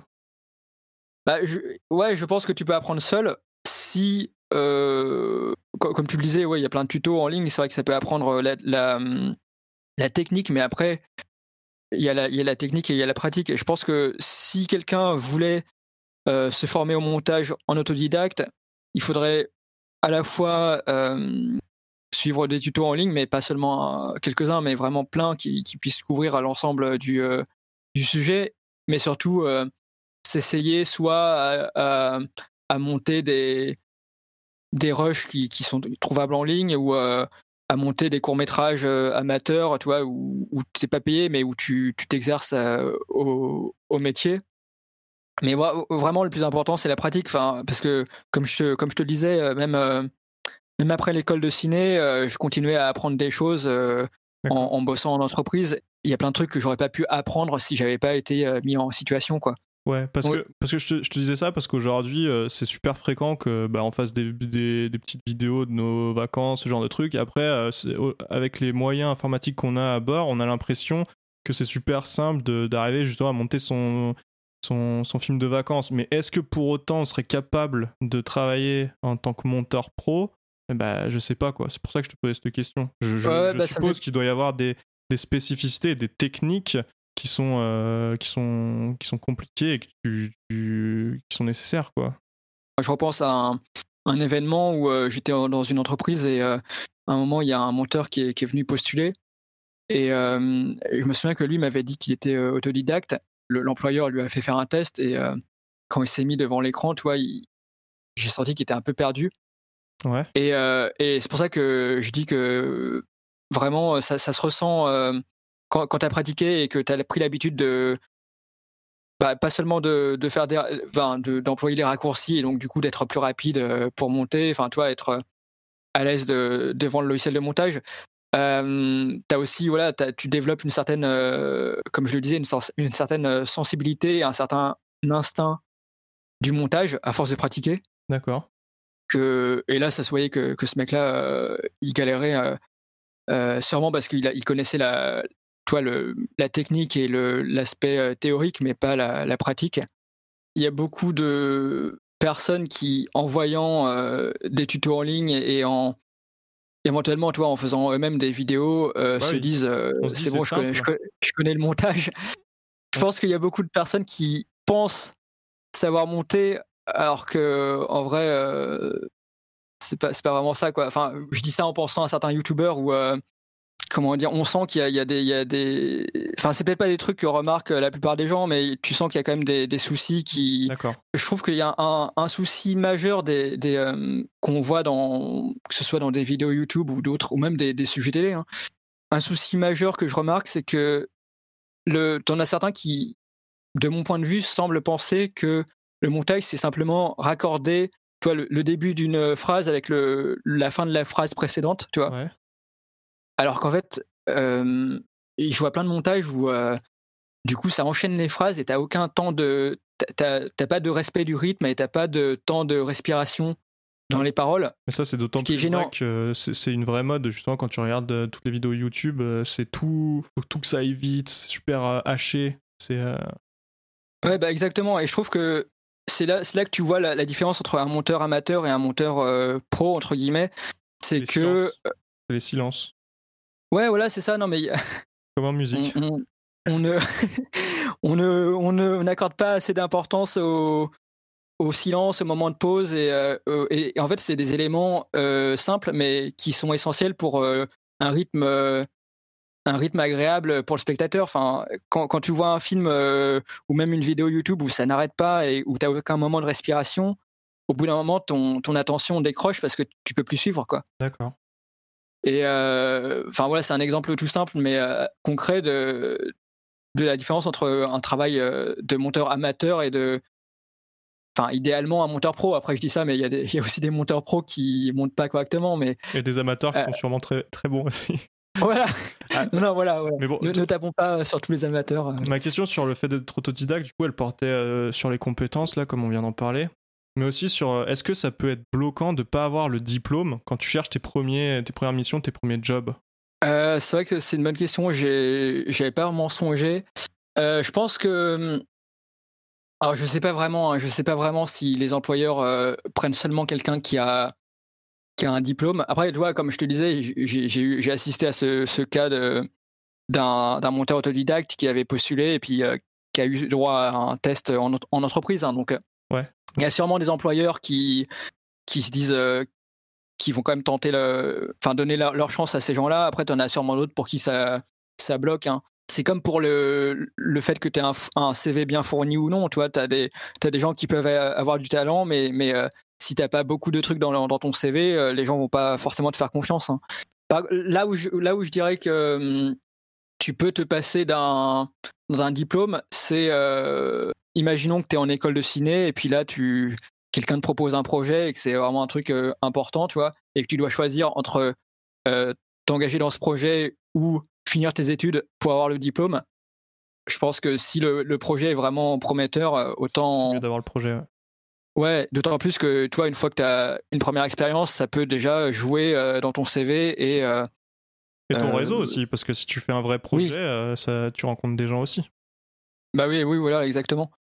Bah, je... ouais, je pense que tu peux apprendre seul si, euh... comme tu le disais, ouais, il y a plein de tutos en ligne. C'est vrai que ça peut apprendre la, la, la technique, mais après. Il y, a la, il y a la technique et il y a la pratique. Et je pense que si quelqu'un voulait euh, se former au montage en autodidacte, il faudrait à la fois euh, suivre des tutos en ligne, mais pas seulement quelques-uns, mais vraiment plein qui, qui puissent couvrir l'ensemble du, euh, du sujet, mais surtout euh, s'essayer soit à, à, à monter des, des rushs qui, qui sont trouvables en ligne ou euh, à monter des courts-métrages euh, amateurs, tu vois, où, où tu n'es pas payé, mais où tu, tu t'exerces euh, au, au métier. Mais vraiment, le plus important, c'est la pratique. Enfin, parce que, comme je te, comme je te le disais, même, euh, même après l'école de ciné, euh, je continuais à apprendre des choses euh, en, en bossant en entreprise. Il y a plein de trucs que j'aurais pas pu apprendre si j'avais pas été euh, mis en situation, quoi. Ouais, parce Donc, que, parce que je, te, je te disais ça parce qu'aujourd'hui, euh, c'est super fréquent que bah, on fasse des, des, des petites vidéos de nos vacances, ce genre de trucs. Et après, euh, c'est, avec les moyens informatiques qu'on a à bord, on a l'impression que c'est super simple de, d'arriver justement à monter son, son, son film de vacances. Mais est-ce que pour autant on serait capable de travailler en tant que monteur pro ? Eh ben, je sais pas quoi. C'est pour ça que je te posais cette question. Je, je, Ouais, je bah, suppose fait... qu'il doit y avoir des, des spécificités, des techniques qui sont, euh, qui sont, qui sont compliquées et qui, qui, qui sont nécessaires, quoi. Je repense à un, un événement où euh, j'étais dans une entreprise et euh, à un moment, il y a un monteur qui est, qui est venu postuler. Et, euh, et je me souviens que lui m'avait dit qu'il était euh, autodidacte. Le, l'employeur lui a fait faire un test et euh, quand il s'est mis devant l'écran, tu vois, il, j'ai senti qu'il était un peu perdu. Ouais. Et, euh, et c'est pour ça que je dis que vraiment, ça, ça se ressent euh, quand, quand tu as pratiqué et que tu as pris l'habitude de. Bah, pas seulement de, de faire des, enfin, de, d'employer les raccourcis et donc du coup d'être plus rapide euh, pour monter, enfin, tu vois, être à l'aise de, devant le logiciel de montage. Euh, t'as aussi, voilà, t'as, tu développes une certaine, euh, comme je le disais, une, sens- une certaine sensibilité, un certain instinct du montage à force de pratiquer. D'accord. Que, et là, ça se voyait que, que ce mec-là, euh, il galérait euh, euh, sûrement parce qu'il a, il connaissait la, toi, le, la technique et le, l'aspect euh, théorique, mais pas la, la pratique. Il y a beaucoup de personnes qui, en voyant euh, des tutos en ligne et, et en éventuellement, toi, en faisant eux-mêmes des vidéos, euh, Bah se oui. disent euh, On se dit c'est c'est bon, je connais, simple. je, connais, je connais le montage. Je pense qu'il y a beaucoup de personnes qui pensent savoir monter, alors que en vrai, euh, c'est pas c'est pas vraiment ça, quoi. Enfin, je dis ça en pensant à certains youtubeurs où euh, comment dire, on sent qu'il y a, il y a des, il y a des, enfin, c'est peut-être pas des trucs que remarquent la plupart des gens, mais tu sens qu'il y a quand même des, des soucis qui. D'accord. Je trouve qu'il y a un, un souci majeur des, des euh, qu'on voit dans, que ce soit dans des vidéos YouTube ou d'autres, ou même des, des sujets télé. Hein. Un souci majeur que je remarque, c'est que le, t'en as certains qui, de mon point de vue, semblent penser que le montage, c'est simplement raccorder, toi, le, le début d'une phrase avec le, la fin de la phrase précédente, tu vois. Ouais. Alors qu'en fait, euh, je vois plein de montages où, euh, du coup, ça enchaîne les phrases et t'as aucun temps de, t'as, t'as pas de respect du rythme et t'as pas de temps de respiration dans Ouais. les paroles. Mais ça, c'est d'autant Ce qui est plus vrai gênant. que c'est, c'est une vraie mode. Justement, quand tu regardes euh, toutes les vidéos YouTube, euh, c'est tout, faut tout que ça aille vite, c'est super euh, haché. C'est. Euh... Ouais, bah exactement. Et je trouve que c'est là, c'est là que tu vois la, la différence entre un monteur amateur et un monteur euh, pro entre guillemets. C'est les que, silences. Les silences. ouais, voilà, c'est ça. Non, mais Comme en on, musique. on, on ne, on ne, on ne, on n'accorde pas assez d'importance au, au silence, au moment de pause. Et, euh, et, et en fait, c'est des éléments euh, simples, mais qui sont essentiels pour euh, un rythme, euh, un rythme agréable pour le spectateur. Enfin, quand, quand tu vois un film euh, ou même une vidéo YouTube où ça n'arrête pas et où tu n'as aucun moment de respiration, au bout d'un moment, ton, ton attention décroche parce que tu peux plus suivre, quoi. D'accord. Et euh, enfin voilà, c'est un exemple tout simple mais euh, concret de de la différence entre un travail euh, de monteur amateur et de, enfin idéalement un monteur pro. Après je dis ça, mais il y a des, il y a aussi des monteurs pro qui montent pas correctement, mais Et des amateurs euh, qui sont sûrement très très bons aussi. voilà. Ah, non non voilà. voilà. mais bon, ne, t- ne tapons pas sur tous les amateurs. euh. ma question sur le fait d'être autodidacte, du coup, elle portait euh, sur les compétences là, comme on vient d'en parler, mais aussi sur euh, est-ce que ça peut être bloquant de pas avoir le diplôme quand tu cherches tes premiers, tes premières missions, tes premiers jobs. Euh, c'est vrai que c'est une bonne question. J'ai, j'avais pas vraiment songé. Euh, je pense que, alors je sais pas vraiment, hein, je sais pas vraiment si les employeurs euh, prennent seulement quelqu'un qui a qui a un diplôme. Après, tu vois, comme je te disais, j'ai, j'ai, eu, j'ai assisté à ce, ce cas de, d'un, d'un monteur autodidacte qui avait postulé et puis euh, qui a eu droit à un test en, en entreprise. Hein. Donc, euh, Ouais. il y a sûrement des employeurs qui, qui se disent, euh, qui vont quand même tenter le, enfin, donner leur, leur chance à ces gens-là. Après, tu en as sûrement d'autres pour qui ça, ça bloque. Hein. C'est comme pour le, le fait que tu aies un, un C V bien fourni ou non. Tu vois, tu as des, t'as des gens qui peuvent avoir du talent, mais, mais euh, si tu n'as pas beaucoup de trucs dans, dans ton C V, euh, les gens vont pas forcément te faire confiance. Hein. Par, là, où je, là où je dirais que hum, tu peux te passer d'un, d'un diplôme, c'est euh, imaginons que tu es en école de ciné et puis là, tu, quelqu'un te propose un projet et que c'est vraiment un truc euh, important, tu vois, et que tu dois choisir entre euh, t'engager dans ce projet ou finir tes études pour avoir le diplôme. Je pense que si le, le projet est vraiment prometteur, autant. C'est mieux d'avoir le projet. Ouais. Ouais, d'autant plus que toi, une fois que tu as une première expérience, ça peut déjà jouer euh, dans ton C V et. Euh, Et ton euh, réseau aussi, parce que si tu fais un vrai projet, oui. euh, ça, tu rencontres des gens aussi. Bah oui, oui, voilà, exactement.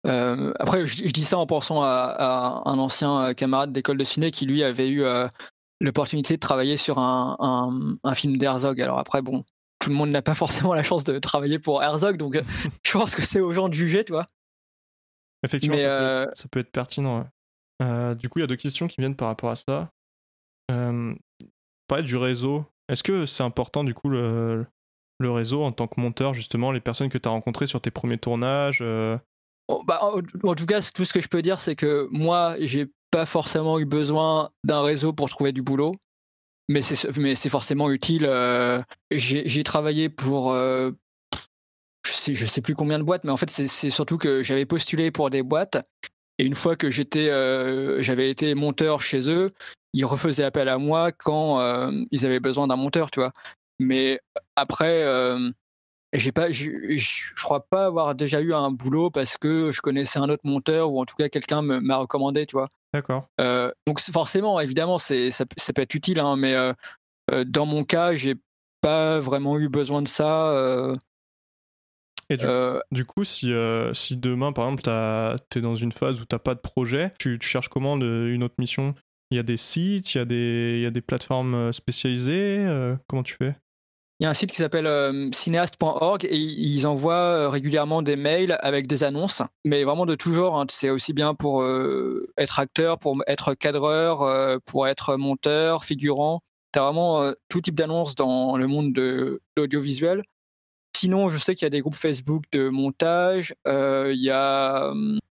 Euh, après, je, je dis ça en pensant à, à un ancien camarade d'école de ciné qui lui avait eu euh, l'opportunité de travailler sur un, un, un film d'Herzog. Alors après, bon, tout le monde n'a pas forcément la chance de travailler pour Herzog, donc je pense que c'est aux gens de juger, tu vois. Effectivement, Mais ça, euh... peut, ça peut être pertinent. Ouais. Euh, du coup, il y a deux questions qui viennent par rapport à ça. Euh, parler du réseau. Est-ce que c'est important, du coup, le, le réseau en tant que monteur, justement, les personnes que tu as rencontrées sur tes premiers tournages euh... oh, bah, en, en tout cas, tout ce que je peux dire, c'est que moi, j'ai pas forcément eu besoin d'un réseau pour trouver du boulot. Mais c'est, mais c'est forcément utile. Euh, j'ai, j'ai travaillé pour... Euh, je sais, je sais plus combien de boîtes, mais en fait, c'est, c'est surtout que j'avais postulé pour des boîtes. Et une fois que j'étais, euh, j'avais été monteur chez eux, ils refaisaient appel à moi quand euh, ils avaient besoin d'un monteur, tu vois. Mais après, euh, j'ai pas, je, je crois pas avoir déjà eu un boulot parce que je connaissais un autre monteur ou en tout cas quelqu'un me, m'a recommandé, tu vois. D'accord. Euh, donc forcément, évidemment, c'est, ça, ça peut être utile, hein, mais euh, euh, dans mon cas, j'ai pas vraiment eu besoin de ça. Euh, Et du, euh, du coup, si, euh, si demain, par exemple, t'es dans une phase où t'as pas de projet, tu, tu cherches comment de, une autre mission? Il y a des sites, il y a des, il y a des plateformes spécialisées, euh, comment tu fais? Il y a un site qui s'appelle euh, cinéaste point org et ils envoient régulièrement des mails avec des annonces, mais vraiment de tout genre. Hein. C'est aussi bien pour euh, être acteur, pour être cadreur, euh, pour être monteur, figurant. Tu as vraiment euh, tout type d'annonces dans le monde de l'audiovisuel. Sinon, je sais qu'il y a des groupes Facebook de montage. Euh, il y a...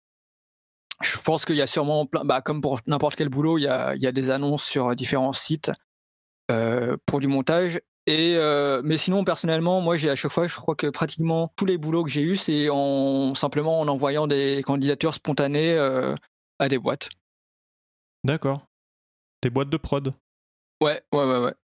Je pense qu'il y a sûrement plein... Bah, comme pour n'importe quel boulot, il y a, il y a des annonces sur différents sites euh, pour du montage. Et euh, mais sinon personnellement, moi j'ai à chaque fois, je crois que pratiquement tous les boulots que j'ai eus, c'est en simplement en envoyant des candidatures spontanées euh, à des boîtes. D'accord. Des boîtes de prod. Ouais, ouais, ouais, ouais.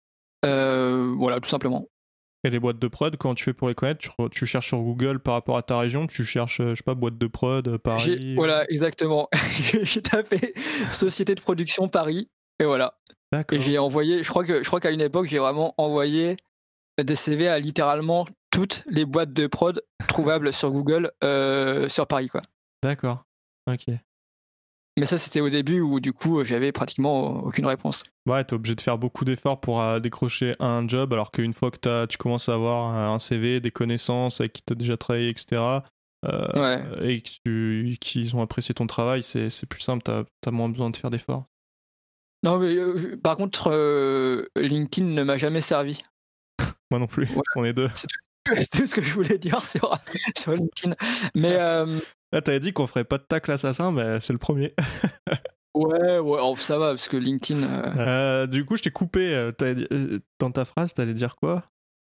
Euh, voilà, tout simplement. Et les boîtes de prod, quand tu fais pour les connaître, tu, tu cherches sur Google par rapport à ta région, tu cherches, je sais pas, boîte de prod, Paris. J'ai, voilà, exactement. J'ai tapé société de production Paris et voilà. D'accord. Et j'ai envoyé, je crois que je crois qu'à une époque j'ai vraiment envoyé des C V à littéralement toutes les boîtes de prod trouvables sur Google euh, sur Paris, quoi. D'accord. Ok. Mais ça, c'était au début où du coup j'avais pratiquement aucune réponse. Ouais, t'es obligé de faire beaucoup d'efforts pour euh, décrocher un job, alors qu'une fois que t'as, tu commences à avoir un C V, des connaissances avec qui t'as déjà travaillé, et cetera, euh, ouais. et que tu, qu'ils ont apprécié ton travail, c'est, c'est plus simple, t'as, t'as moins besoin de faire d'efforts. Non, mais euh, par contre, euh, LinkedIn ne m'a jamais servi. Moi non plus, voilà. On est deux. C'est tout, c'est tout ce que je voulais dire sur, sur LinkedIn. Mais. Euh, ah, t'avais dit qu'on ferait pas de tacle assassin, mais c'est le premier. ouais, ouais, oh, ça va, parce que LinkedIn. Euh... Euh, du coup, je t'ai coupé. Dit, euh, dans ta phrase, t'allais dire quoi?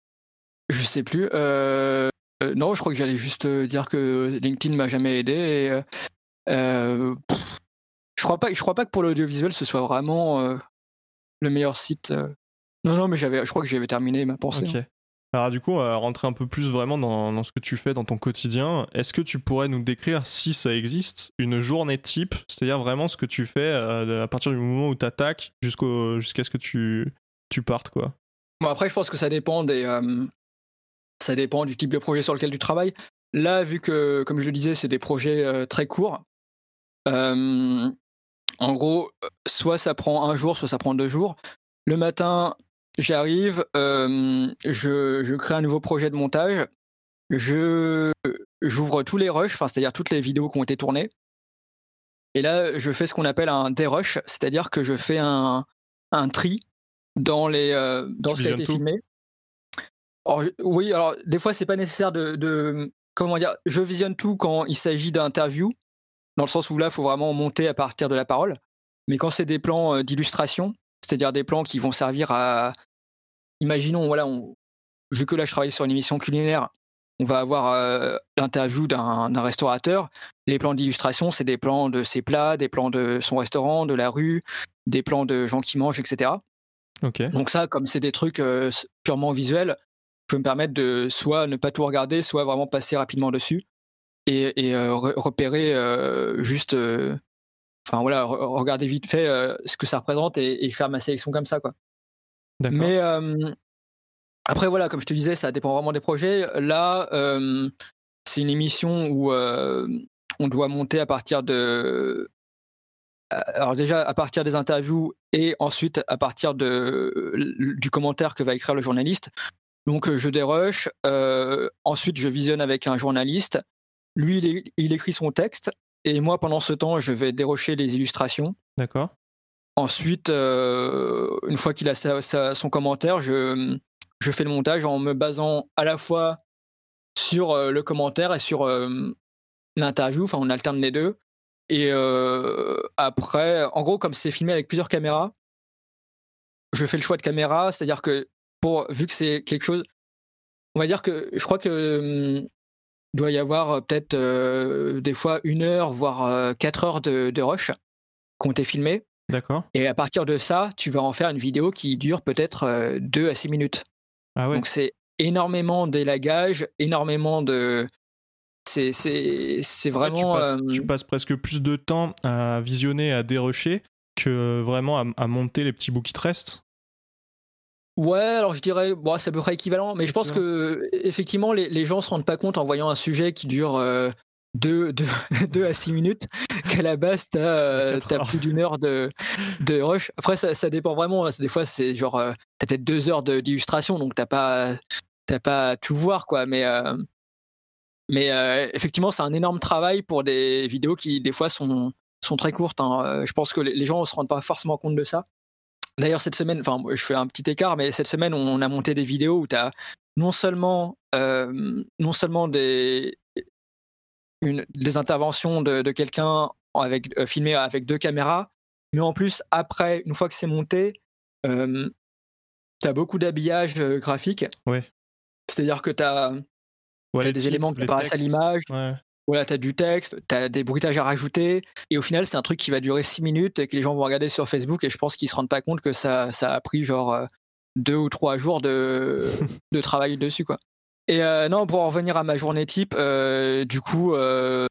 Je sais plus. Euh, euh, non, je crois que j'allais juste dire que LinkedIn m'a jamais aidé. Et, euh, pff, je crois pas. Je crois pas que pour l'audiovisuel, ce soit vraiment euh, le meilleur site. Euh... Non, non, mais j'avais. Je crois que j'avais terminé ma pensée. Ok. Hein. Alors du coup, on va rentrer un peu plus vraiment dans, dans ce que tu fais dans ton quotidien. Est-ce que tu pourrais nous décrire, si ça existe, une journée type, c'est-à-dire vraiment ce que tu fais euh, à partir du moment où tu attaques jusqu'au, jusqu'à ce que tu, tu partes, quoi. Bon, après, je pense que ça dépend des, euh, ça dépend du type de projet sur lequel tu travailles. Là, vu que, comme je le disais, c'est des projets euh, très courts, euh, en gros, soit ça prend un jour, soit ça prend deux jours. Le matin, j'arrive, euh, je, je crée un nouveau projet de montage, je, j'ouvre tous les rushs, enfin, c'est-à-dire toutes les vidéos qui ont été tournées. Et là, je fais ce qu'on appelle un dérush, c'est-à-dire que je fais un, un tri dans, les, euh, dans ce qui a été tout. filmé. Alors, oui, alors des fois, c'est pas nécessaire de, de. Comment dire? Je visionne tout quand il s'agit d'interviews, dans le sens où là, il faut vraiment monter à partir de la parole. Mais quand c'est des plans d'illustration, c'est-à-dire des plans qui vont servir à. Imaginons, voilà, on... vu que là, je travaille sur une émission culinaire, on va avoir euh, l'interview d'un, d'un restaurateur. Les plans d'illustration, c'est des plans de ses plats, des plans de son restaurant, de la rue, des plans de gens qui mangent, et cetera. Okay. Donc ça, comme c'est des trucs euh, purement visuels, je peux me permettre de soit ne pas tout regarder, soit vraiment passer rapidement dessus et, et euh, repérer euh, juste, euh, enfin voilà, re- regarder vite fait euh, ce que ça représente et, et faire ma sélection comme ça, quoi. D'accord. Mais euh, après voilà, comme je te disais, ça dépend vraiment des projets. Là, euh, c'est une émission où euh, on doit monter à partir de... Alors déjà, à partir des interviews et ensuite à partir de, du commentaire que va écrire le journaliste. Donc je dérush, euh, ensuite je visionne avec un journaliste. Lui, il, é- il écrit son texte et moi, pendant ce temps, je vais dérocher les illustrations. D'accord. Ensuite, euh, une fois qu'il a sa, sa- son commentaire, je, je fais le montage en me basant à la fois sur euh, le commentaire et sur euh, l'interview. Enfin, on alterne les deux. Et euh, après, en gros, comme c'est filmé avec plusieurs caméras, je fais le choix de caméra, c'est-à-dire que pour, vu que c'est quelque chose, on va dire que je crois que hum, doit y avoir euh, peut-être euh, des fois une heure, voire euh, quatre heures de, de rush qui ont été filmés. D'accord. Et à partir de ça, tu vas en faire une vidéo qui dure peut-être euh, deux à six minutes. Ah ouais. Donc c'est énormément d'élagage, énormément de... C'est, c'est, c'est Ouais, tu, vraiment... passes, euh, tu passes presque plus de temps à visionner, à dérusher, que vraiment à, à monter les petits bouts qui te restent. Ouais, alors je dirais, bon, c'est à peu près équivalent, mais je pense Équivalent. que effectivement, les, les gens se rendent pas compte en voyant un sujet qui dure euh, deux, deux, deux à six minutes qu'à la base, t'as, euh, Quatre t'as heures. plus d'une heure de, de rush. Après, ça, ça dépend vraiment. Hein. Des fois, c'est genre, euh, t'as peut-être deux heures de, d'illustration, donc t'as pas, t'as pas à tout voir, quoi. Mais, euh, mais euh, effectivement, c'est un énorme travail pour des vidéos qui, des fois, sont, sont très courtes. Hein. Euh, Je pense que les les gens ne se rendent pas forcément compte de ça. D'ailleurs, cette semaine, enfin, moi, je fais un petit écart, mais cette semaine, on a monté des vidéos où tu as non seulement, euh, non seulement des, une, des interventions de, de quelqu'un avec, euh, filmé avec deux caméras, mais en plus, après, une fois que c'est monté, euh, tu as beaucoup d'habillage euh, graphique. Ouais. C'est-à-dire que tu as Ouais, les des titres, éléments qui les apparaissent à textes. l'image. Ouais. Voilà, t'as du texte, t'as des bruitages à rajouter, et au final, c'est un truc qui va durer six minutes et que les gens vont regarder sur Facebook, et je pense qu'ils se rendent pas compte que ça, ça a pris genre euh, deux ou trois jours de, de travail dessus, quoi. Et euh, non, pour en revenir à ma journée type, euh, du coup, euh,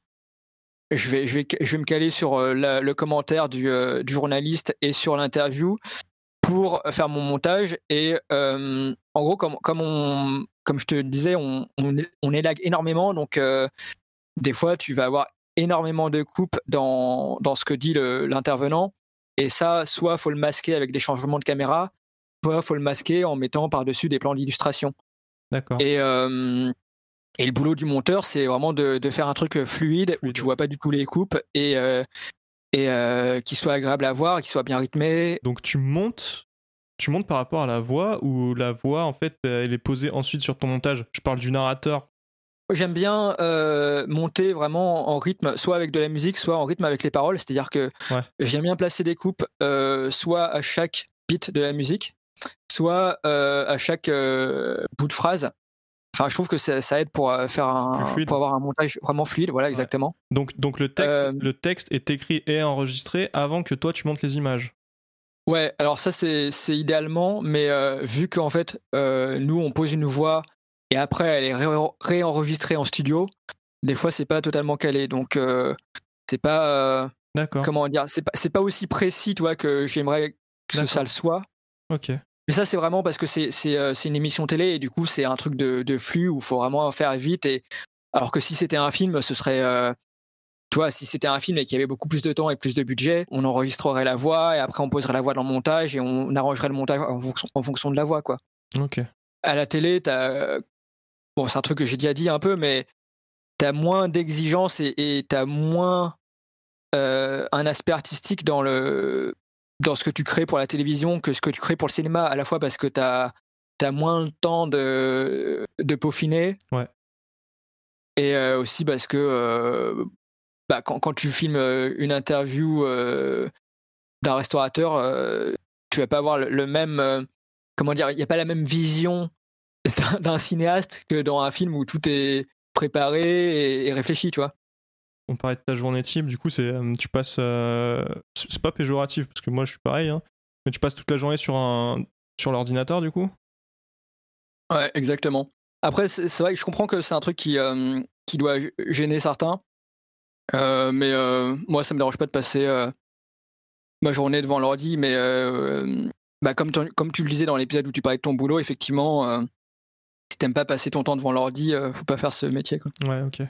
je vais, je vais, je vais me caler sur euh, la- le commentaire du, euh, du journaliste et sur l'interview pour faire mon montage. Et euh, en gros, comme, comme, on, comme je te disais, on, on, on élague énormément, donc euh, des fois, tu vas avoir énormément de coupes dans, dans ce que dit le, l'intervenant. Et ça, soit faut le masquer avec des changements de caméra, soit faut le masquer en mettant par-dessus des plans d'illustration. D'accord. Et, euh, et le boulot du monteur, c'est vraiment de, de faire un truc fluide, où tu vois pas du tout les coupes et, euh, et euh, qui soit agréable à voir, qui soit bien rythmé. Donc tu montes, tu montes par rapport à la voix, ou la voix, en fait, elle est posée ensuite sur ton montage. Je parle du narrateur. J'aime bien euh, monter vraiment en rythme, soit avec de la musique, soit en rythme avec les paroles. C'est-à-dire que Ouais. j'aime bien placer des coupes, euh, soit à chaque beat de la musique, soit euh, à chaque euh, bout de phrase. Enfin, je trouve que ça, ça aide pour euh, faire un, pour avoir un montage vraiment fluide. Voilà, Ouais. exactement. Donc, donc le texte, Euh, le texte est écrit et enregistré avant que toi tu montes les images. ouais, alors ça c'est, c'est idéalement, mais euh, vu qu'en fait euh, nous on pose une voix et après elle est ré- réenregistrée en studio, des fois c'est pas totalement calé, donc euh, c'est pas euh, D'accord. comment dire, c'est pas, c'est pas aussi précis, toi, que j'aimerais que D'accord. ça le soit. Ok. Mais ça c'est vraiment parce que c'est c'est euh, c'est une émission télé et du coup c'est un truc de, de flux où il faut vraiment en faire vite, et alors que si c'était un film, ce serait euh, tu vois, si c'était un film et qu'il y avait beaucoup plus de temps et plus de budget, on enregistrerait la voix et après on poserait la voix dans le montage et on arrangerait le montage en fonction, en fonction de la voix, quoi. Ok. À la télé, t'as... Bon, c'est un truc que j'ai déjà dit un peu, mais t'as moins d'exigences et, et t'as moins euh, un aspect artistique dans, le... dans ce que tu crées pour la télévision que ce que tu crées pour le cinéma, à la fois parce que t'as, t'as moins le temps de, de peaufiner. Ouais. Et euh, aussi parce que euh, bah, quand, quand tu filmes une interview euh, d'un restaurateur, euh, tu vas pas avoir le, le même, euh, comment dire, il n'y a pas la même vision d'un, d'un cinéaste que dans un film où tout est préparé et, et réfléchi, tu vois. On parlait de ta journée type, du coup, c'est, euh, tu passes. Euh, c'est c'est pas péjoratif, parce que moi je suis pareil, hein, mais tu passes toute la journée sur, un, sur l'ordinateur, du coup. Ouais, exactement. Après, c'est, c'est vrai que je comprends que c'est un truc qui, euh, qui doit gêner certains, euh, mais euh, moi ça me dérange pas de passer euh, ma journée devant l'ordi, mais euh, bah, comme, comme tu le disais dans l'épisode où tu parlais de ton boulot, effectivement, euh, si t'aimes pas passer ton temps devant l'ordi, euh, faut pas faire ce métier, quoi. Ouais, ok.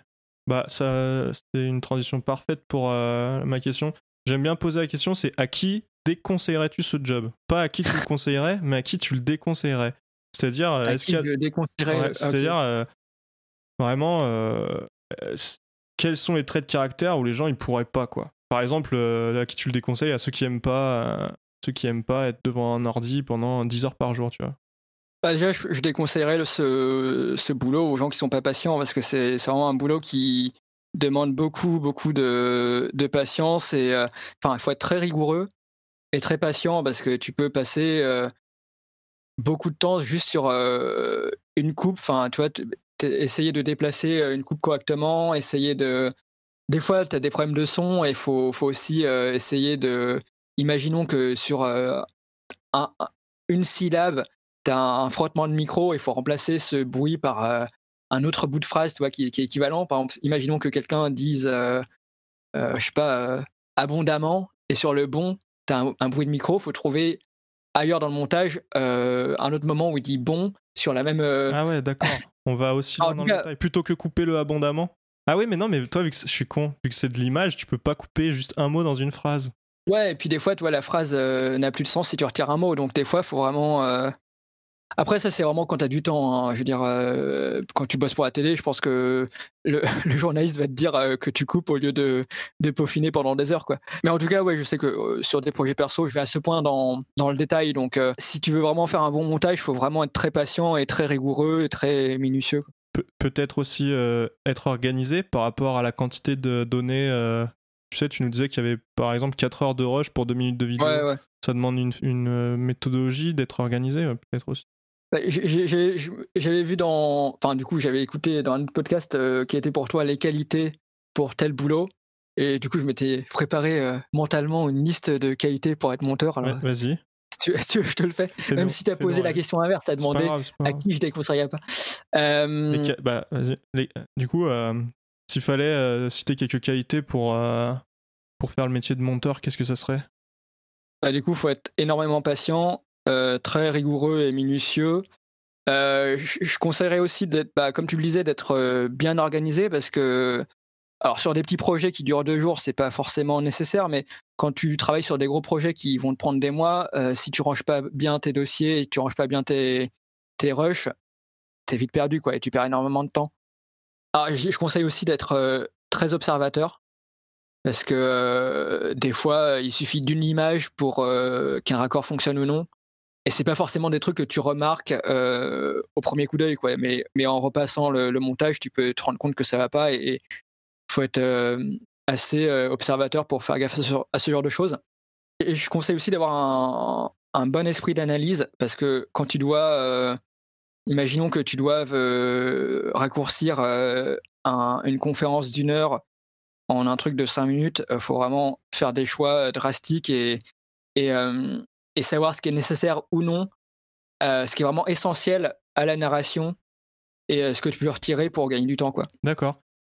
Bah, ça, c'est une transition parfaite pour euh, ma question. J'aime bien poser la question, c'est à qui déconseillerais-tu ce job? Pas à qui tu le conseillerais, mais à qui tu le déconseillerais. C'est-à-dire, euh, À est-ce qui qu'il y a... je déconseillerais Ouais, le- ah, ok. c'est-à-dire, euh, vraiment, euh, euh, quels sont les traits de caractère où les gens, ils pourraient pas, quoi. Par exemple, euh, à qui tu le déconseilles? À ceux qui aiment pas, euh, ceux qui aiment pas être devant un ordi pendant dix heures par jour, tu vois. Bah, déjà, je, je déconseillerais le- ce, ce boulot aux gens qui sont pas patients parce que c'est c'est vraiment un boulot qui demande beaucoup, beaucoup de, de patience et euh, enfin, il faut être très rigoureux et très patient parce que tu peux passer euh, beaucoup de temps juste sur euh, une coupe. Enfin, tu vois, t- t- essayer de déplacer euh, une coupe correctement, essayer de. Des fois, tu as des problèmes de son et il faut, faut aussi euh, essayer de. Imaginons que sur euh, un- un- une syllabe, tu as un, un frottement de micro, il faut remplacer ce bruit par euh, un autre bout de phrase, tu vois, qui, qui est équivalent. Par exemple, imaginons que quelqu'un dise, euh, euh, je sais pas, euh, abondamment, et sur le bon, tu as un, un bruit de micro, il faut trouver ailleurs dans le montage euh, un autre moment où il dit bon sur la même. euh, Ah ouais, d'accord. On va aussi En loin tout dans le cas, détail. Plutôt que couper le abondamment. Ah oui, mais non, mais toi, vu que c'est- je suis con, vu que c'est de l'image, tu peux pas couper juste un mot dans une phrase. ouais, et puis des fois, tu vois, la phrase euh, n'a plus de sens si tu retires un mot. Donc des fois, il faut vraiment. euh, Après, ça, c'est vraiment quand tu as du temps, hein. Je veux dire, euh, quand tu bosses pour la télé, je pense que le, le journaliste va te dire euh, que tu coupes au lieu de, de peaufiner pendant des heures, quoi. Mais en tout cas, ouais, je sais que euh, sur des projets perso, je vais à ce point dans, dans le détail. Donc, euh, si tu veux vraiment faire un bon montage, il faut vraiment être très patient et très rigoureux et très minutieux, quoi. Pe- peut-être aussi euh, être organisé par rapport à la quantité de données. euh, Tu sais, tu nous disais qu'il y avait par exemple quatre heures de rush pour deux minutes de Ouais, vidéo. ouais. Ça demande une, une, euh, méthodologie d'être organisé, euh, peut-être aussi. Bah, j'ai- j'ai- j'ai- J'avais vu dans. Enfin, du coup, j'avais écouté dans un autre podcast euh, qui était pour toi les qualités pour tel boulot. Et du coup, je m'étais préparé euh, mentalement une liste de qualités pour être monteur. Alors, Ouais, vas-y, si tu, si tu veux, je te le fais. Même fais-nous, si tu as fais-nous posé la rêver. question inverse, tu as C'est pas demandé grave, c'est pas à grave. qui je déconseillerais pas. Les Euh, ca- bah, vas-y. Les- Du coup, euh, s'il fallait euh, citer quelques qualités pour, euh, pour faire le métier de monteur, qu'est-ce que ça serait? Bah, du coup, il faut être énormément patient, euh, très rigoureux et minutieux. Euh, je, je conseillerais aussi d'être, bah, comme tu le disais, d'être euh, bien organisé parce que alors sur des petits projets qui durent deux jours, c'est pas forcément nécessaire, mais quand tu travailles sur des gros projets qui vont te prendre des mois, euh, si tu ranges pas bien tes dossiers et que tu ranges pas bien tes, tes rushs, t'es vite perdu, quoi, et tu perds énormément de temps. Alors je je conseille aussi d'être euh, très observateur, parce que euh, des fois, il suffit d'une image pour euh, qu'un raccord fonctionne ou non. Et c'est pas forcément des trucs que tu remarques euh, au premier coup d'œil, quoi. Mais, mais en repassant le, le montage, tu peux te rendre compte que ça va pas et il faut être euh, assez euh, observateur pour faire gaffe à ce, à ce genre de choses. Et je conseille aussi d'avoir un, un bon esprit d'analyse parce que quand tu dois, euh, imaginons que tu doives euh, raccourcir euh, un- une conférence d'une heure en un truc de cinq minutes, il faut vraiment faire des choix drastiques et, et, euh, et savoir ce qui est nécessaire ou non, euh, ce qui est vraiment essentiel à la narration et euh, ce que tu peux retirer pour gagner du temps, quoi. D'accord.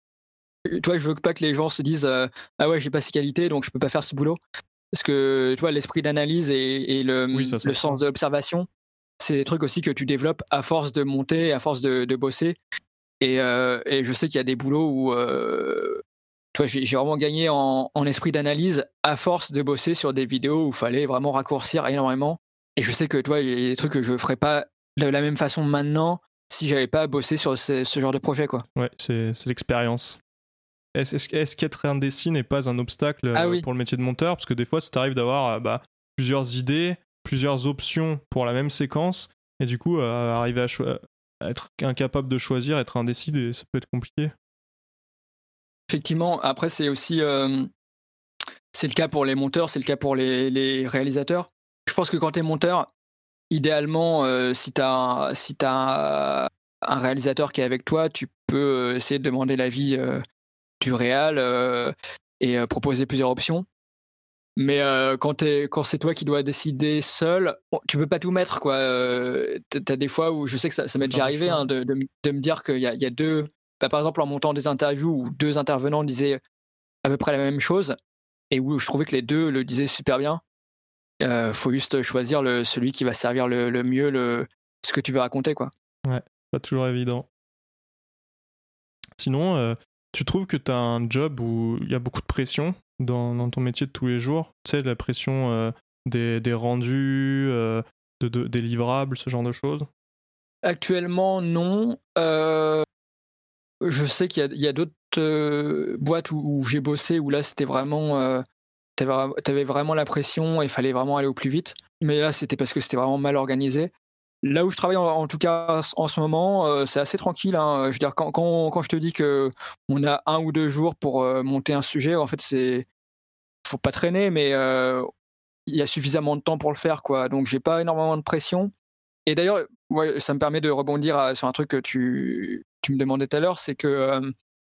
Toi, je veux pas que les gens se disent euh, ah ouais, j'ai pas ces qualités donc je peux pas faire ce boulot. Parce que tu vois, l'esprit d'analyse et, et le, Oui, ça le s'apprend. sens de l'observation, c'est des trucs aussi que tu développes à force de monter, à force de, de bosser. Et, euh, et je sais qu'il y a des boulots où euh, tu vois, j'ai, j'ai vraiment gagné en, en esprit d'analyse à force de bosser sur des vidéos où il fallait vraiment raccourcir énormément. Et je sais que toi, il y a des trucs que je ferais pas de la même façon maintenant si j'avais pas bossé sur ce, ce genre de projet, quoi. Ouais, c'est c'est l'expérience. Est-ce est-ce- est-ce qu'être indécis n'est pas un obstacle Ah euh, oui, pour le métier de monteur? Parce que des fois, ça t'arrive d'avoir euh, bah, plusieurs idées, plusieurs options pour la même séquence, et du coup, euh, arriver à, cho- à être incapable de choisir, être indécis, des- ça peut être compliqué. effectivement. Après, c'est aussi euh, c'est le cas pour les monteurs, c'est le cas pour les, les réalisateurs. Je pense que quand tu es monteur, idéalement, euh, si tu as si t'as un réalisateur qui est avec toi, tu peux euh, essayer de demander l'avis euh, du réal euh, et euh, proposer plusieurs options. Mais euh, quand, t'es- quand c'est toi qui dois décider seul, bon, tu peux pas tout mettre, quoi. Euh, t- T'as des fois où je sais que ça, ça m'est Faut déjà faire des arrivé choix. hein, de, de, m- de me dire qu'il y a, il y a deux. Bah, par exemple, en montant des interviews où deux intervenants disaient à peu près la même chose et où je trouvais que les deux le disaient super bien. Euh, faut juste choisir le, celui qui va servir le, le mieux le, ce que tu veux raconter, quoi. Ouais, pas toujours évident. Sinon, euh, Tu trouves que tu as un job où il y a beaucoup de pression dans, dans ton métier de tous les jours? Tu sais, la pression euh, des, des rendus, euh, de, de, des livrables, ce genre de choses? Actuellement, non. Euh, je sais qu'il y a, il y a d'autres euh, boîtes où, où j'ai bossé où là, c'était vraiment. Euh, t'avais, t'avais vraiment la pression et il fallait vraiment aller au plus vite. Mais là, c'était parce que c'était vraiment mal organisé. Là où je travaille en, en tout cas en ce moment, euh, c'est assez tranquille. Hein. Je veux dire, quand, quand, quand je te dis que on a un ou deux jours pour euh, monter un sujet, en fait, c'est faut pas traîner, mais euh, il y a suffisamment de temps pour le faire, quoi. Donc, j'ai pas énormément de pression. Et d'ailleurs, ouais, ça me permet de rebondir à- sur un truc que tu, tu me demandais tout à l'heure, c'est que euh,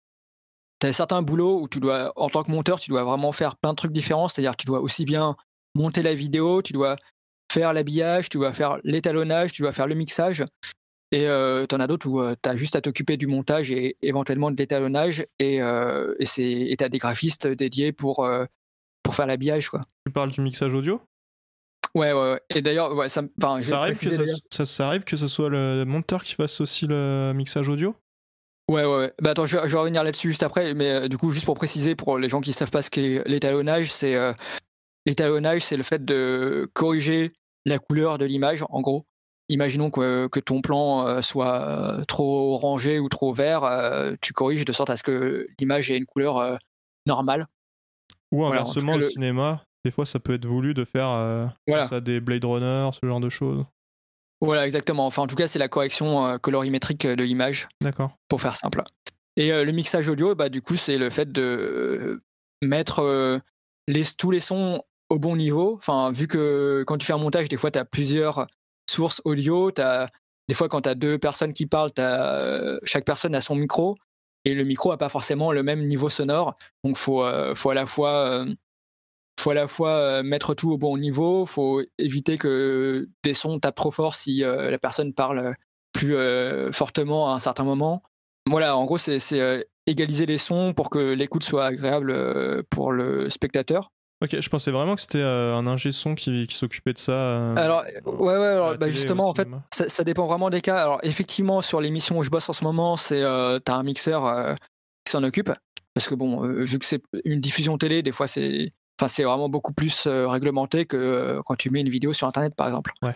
tu as certains boulots où tu dois, en tant que monteur, tu dois vraiment faire plein de trucs différents. C'est-à-dire que tu dois aussi bien monter la vidéo, tu dois faire l'habillage, tu dois faire l'étalonnage, tu dois faire le mixage. Et euh, tu en as d'autres où euh, tu as juste à t'occuper du montage et éventuellement de l'étalonnage. Et euh, et c'est et tu as des graphistes dédiés pour, euh, pour faire l'habillage, quoi. Tu parles du mixage audio? Ouais, ouais, ouais. Et d'ailleurs, ouais, ça, me- enfin, je vais Ça arrive, que préciser ça, d'ailleurs. ça, ça arrive que ce soit le monteur qui fasse aussi le mixage audio? Ouais, ouais, ouais. Bah attends, je vais, je vais revenir là-dessus juste après, mais euh, du coup, juste pour préciser, pour les gens qui savent pas ce qu'est l'étalonnage, c'est euh, l'étalonnage, c'est le fait de corriger la couleur de l'image, en gros. Imaginons que, que ton plan euh, soit euh, trop orangé ou trop vert, euh, tu corriges de sorte à ce que l'image ait une couleur euh, normale. Ou Voilà, en tout inversement, cas, au le, cinéma, des fois ça peut être voulu de faire euh, voilà, pense à des Blade Runner, ce genre de choses. voilà, exactement. Enfin, en tout cas, c'est la correction euh, colorimétrique de l'image, D'accord. pour faire simple. Et euh, le mixage audio, bah, du coup, c'est le fait de euh, mettre euh, les, tous les sons au bon niveau. Enfin, vu que quand tu fais un montage, des fois, tu as plusieurs sources audio. T'as, des fois, quand tu as deux personnes qui parlent, t'as, euh, chaque personne a son micro. Et le micro n'a pas forcément le même niveau sonore. Donc, il faut, euh, faut à la fois, euh, faut à la fois euh, mettre tout au bon niveau. Il faut éviter que des sons tapent trop fort si euh, la personne parle plus euh, fortement à un certain moment. Voilà, en gros, c'est, c'est euh, égaliser les sons pour que l'écoute soit agréable euh, pour le spectateur. Ok, je pensais vraiment que c'était euh, un ingé son qui, qui s'occupait de ça euh, Alors, ouais, ouais, à alors, la bah, télé et au justement, en fait, cinéma. ça, ça dépend vraiment des cas. Alors, effectivement, sur l'émission où je bosse en ce moment, c'est euh, t'as un mixeur euh, qui s'en occupe. Parce que, bon, euh, vu que c'est une diffusion télé, des fois, c'est, enfin, c'est vraiment beaucoup plus euh, réglementé que euh, quand tu mets une vidéo sur Internet, par exemple. Ouais.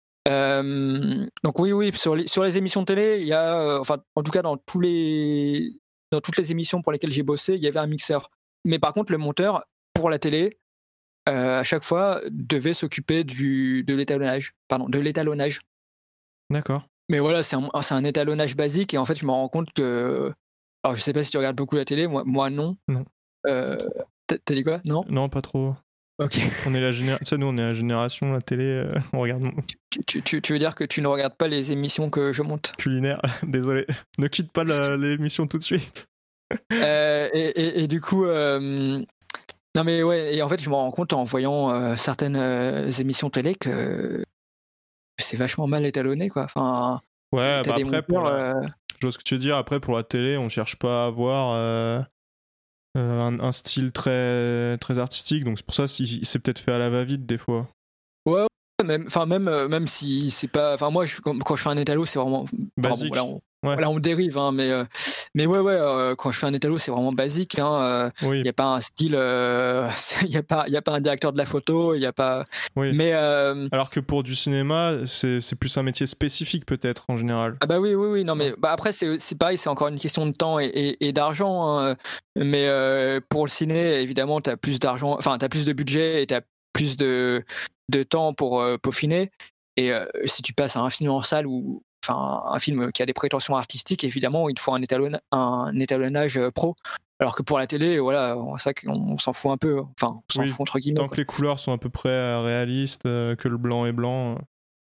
Euh, donc, oui, oui, sur les, sur les émissions télé, il y a, euh, enfin, en tout cas, dans, tous les, dans toutes les émissions pour lesquelles j'ai bossé, il y avait un mixeur. Mais par contre, le monteur, pour la télé, euh, à chaque fois, devait s'occuper du, de l'étalonnage. Pardon, de l'étalonnage. D'accord. Mais voilà, c'est un, c'est un étalonnage basique et en fait, je me rends compte que. Alors, je sais pas si tu regardes beaucoup la télé, moi, moi non. Non. Euh, t'as, t'as dit quoi? Non? Non, pas trop. Ok. On est la génération, tu sais, nous on est la génération, la télé, euh, on regarde Tu, tu, tu, tu veux dire que tu ne regardes pas les émissions que je monte? culinaire. Désolé, ne quitte pas la- l'émission tout de suite. Euh, et, et, et du coup, euh, non mais ouais, et en fait, je me rends compte en voyant euh, certaines euh, émissions télé que c'est vachement mal étalonné, quoi. Enfin, Ouais, t'as bah des après, pour monteurs. la... euh, je vois ce que tu veux dire. Après, pour la télé, on cherche pas à avoir euh, euh, un, un style très, très artistique, donc c'est pour ça que c'est peut-être fait à la va-vite des fois. Ouais, ouais, même, enfin même, euh, même si c'est pas, enfin moi, je, quand, quand je fais un étalo, c'est vraiment, enfin bon, Basique. là on, Ouais. là on dérive, hein, mais, euh, mais ouais, ouais, euh, quand je fais un étalo, c'est vraiment basique. Il hein, Oui, n'y a pas un style, il euh, y a pas, il y a pas un directeur de la photo, il y a pas, oui. mais euh, Alors que pour du cinéma, c'est c'est plus un métier spécifique peut-être en général. ah bah oui, oui, oui, non mais Ouais. bah après c'est, c'est pareil, c'est encore une question de temps et, et, et d'argent. Hein, mais euh, pour le ciné, évidemment, t'as plus d'argent, enfin t'as plus de budget et t'as plus de de temps pour euh, peaufiner. Et euh, si tu passes à un film en salle ou enfin un film qui a des prétentions artistiques, évidemment, il te faut un, étalonna- un étalonnage euh, pro. Alors que pour la télé, voilà, c'est ça qu'on on s'en fout un peu. Enfin, on s'en Oui, fout entre guillemets. tant Quoi. que les couleurs sont à peu près euh, réalistes, euh, que le blanc est blanc. euh,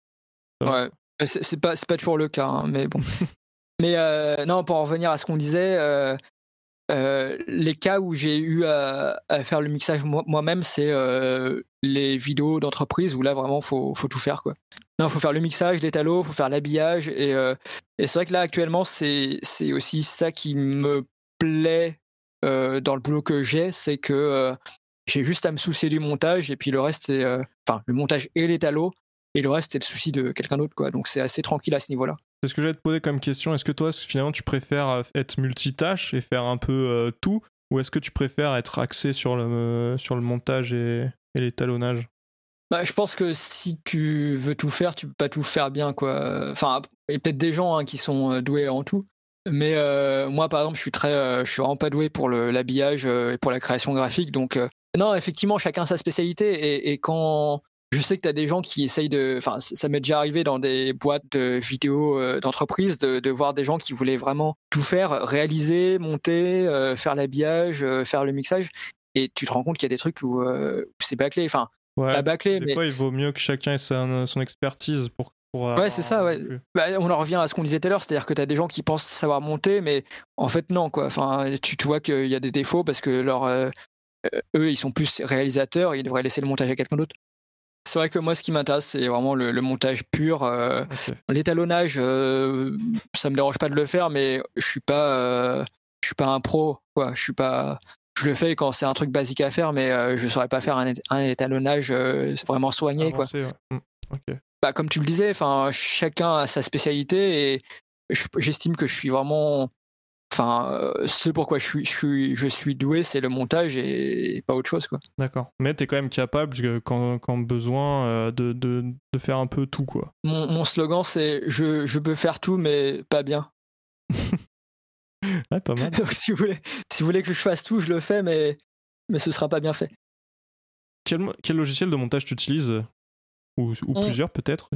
ça va. Ouais, c'est, c'est pas c'est pas toujours le cas, hein, mais bon. Mais euh, non, pour en revenir à ce qu'on disait. Euh, Euh, les cas où j'ai eu à, à faire le mixage moi- moi-même, c'est euh, les vidéos d'entreprise où là vraiment faut, faut tout faire quoi. Non, faut faire le mixage, l'étalo, faut faire l'habillage et, euh, et c'est vrai que là actuellement c'est c'est aussi ça qui me plaît euh, dans le boulot que j'ai, c'est que euh, j'ai juste à me soucier du montage et puis le reste c'est euh, enfin le montage et l'étalo et le reste c'est le souci de quelqu'un d'autre quoi. Donc c'est assez tranquille à ce niveau-là. C'est ce que j'allais te poser comme question. Est-ce que toi, finalement, tu préfères être multitâche et faire un peu euh, tout, ou est-ce que tu préfères être axé sur le, euh, sur le montage et, et l'étalonnage? Bah, je pense que si tu veux tout faire, tu peux pas tout faire bien, quoi. Enfin, il y a peut-être des gens hein, qui sont euh, doués en tout. Mais euh, moi, par exemple, je suis très, euh, je suis vraiment pas doué pour le, l'habillage euh, et pour la création graphique. Donc, euh, non, effectivement, chacun sa spécialité. Et, et quand je sais que tu as des gens qui essayent de, enfin, ça m'est déjà arrivé dans des boîtes de vidéos euh, d'entreprise de, de voir des gens qui voulaient vraiment tout faire, réaliser, monter, euh, faire l'habillage, euh, faire le mixage. Et tu te rends compte qu'il y a des trucs où, euh, où c'est bâclé. Enfin, Ouais, pas bâclé, des mais fois, il vaut mieux que chacun ait son, son expertise pour, pour ouais, avoir c'est ça, un ouais. plus. Bah, on en revient à ce qu'on disait tout à l'heure, c'est-à-dire que tu as des gens qui pensent savoir monter, mais en fait, non, quoi. Enfin, tu, tu vois qu'il y a des défauts parce que leur, euh, euh, eux, ils sont plus réalisateurs, ils devraient laisser le montage à quelqu'un d'autre. C'est vrai que moi, ce qui m'intéresse, c'est vraiment le, le montage pur. Euh, Ok. L'étalonnage, euh, ça me dérange pas de le faire, mais je suis pas, euh, je suis pas un pro, quoi. Je suis pas. Je le fais quand c'est un truc basique à faire, mais euh, je saurais pas faire un, un étalonnage euh, vraiment soigné, quoi. Avancé, ouais. Mm. Ok. Bah, comme tu le disais, enfin, chacun a sa spécialité et je- j'estime que je suis vraiment, enfin, euh, ce pourquoi je suis, je suis, je suis doué, c'est le montage et pas autre chose, quoi. D'accord. Mais t'es quand même capable, que quand, quand besoin, euh, de, de, de faire un peu tout, quoi. Mon, mon slogan, c'est je, je peux faire tout, mais pas bien. Ouais, pas mal. Donc, si vous voulez, si vous voulez que je fasse tout, je le fais, mais, mais ce sera pas bien fait. Quel, mo- quel logiciel de montage tu utilises? Ou, ou On- plusieurs, peut-être?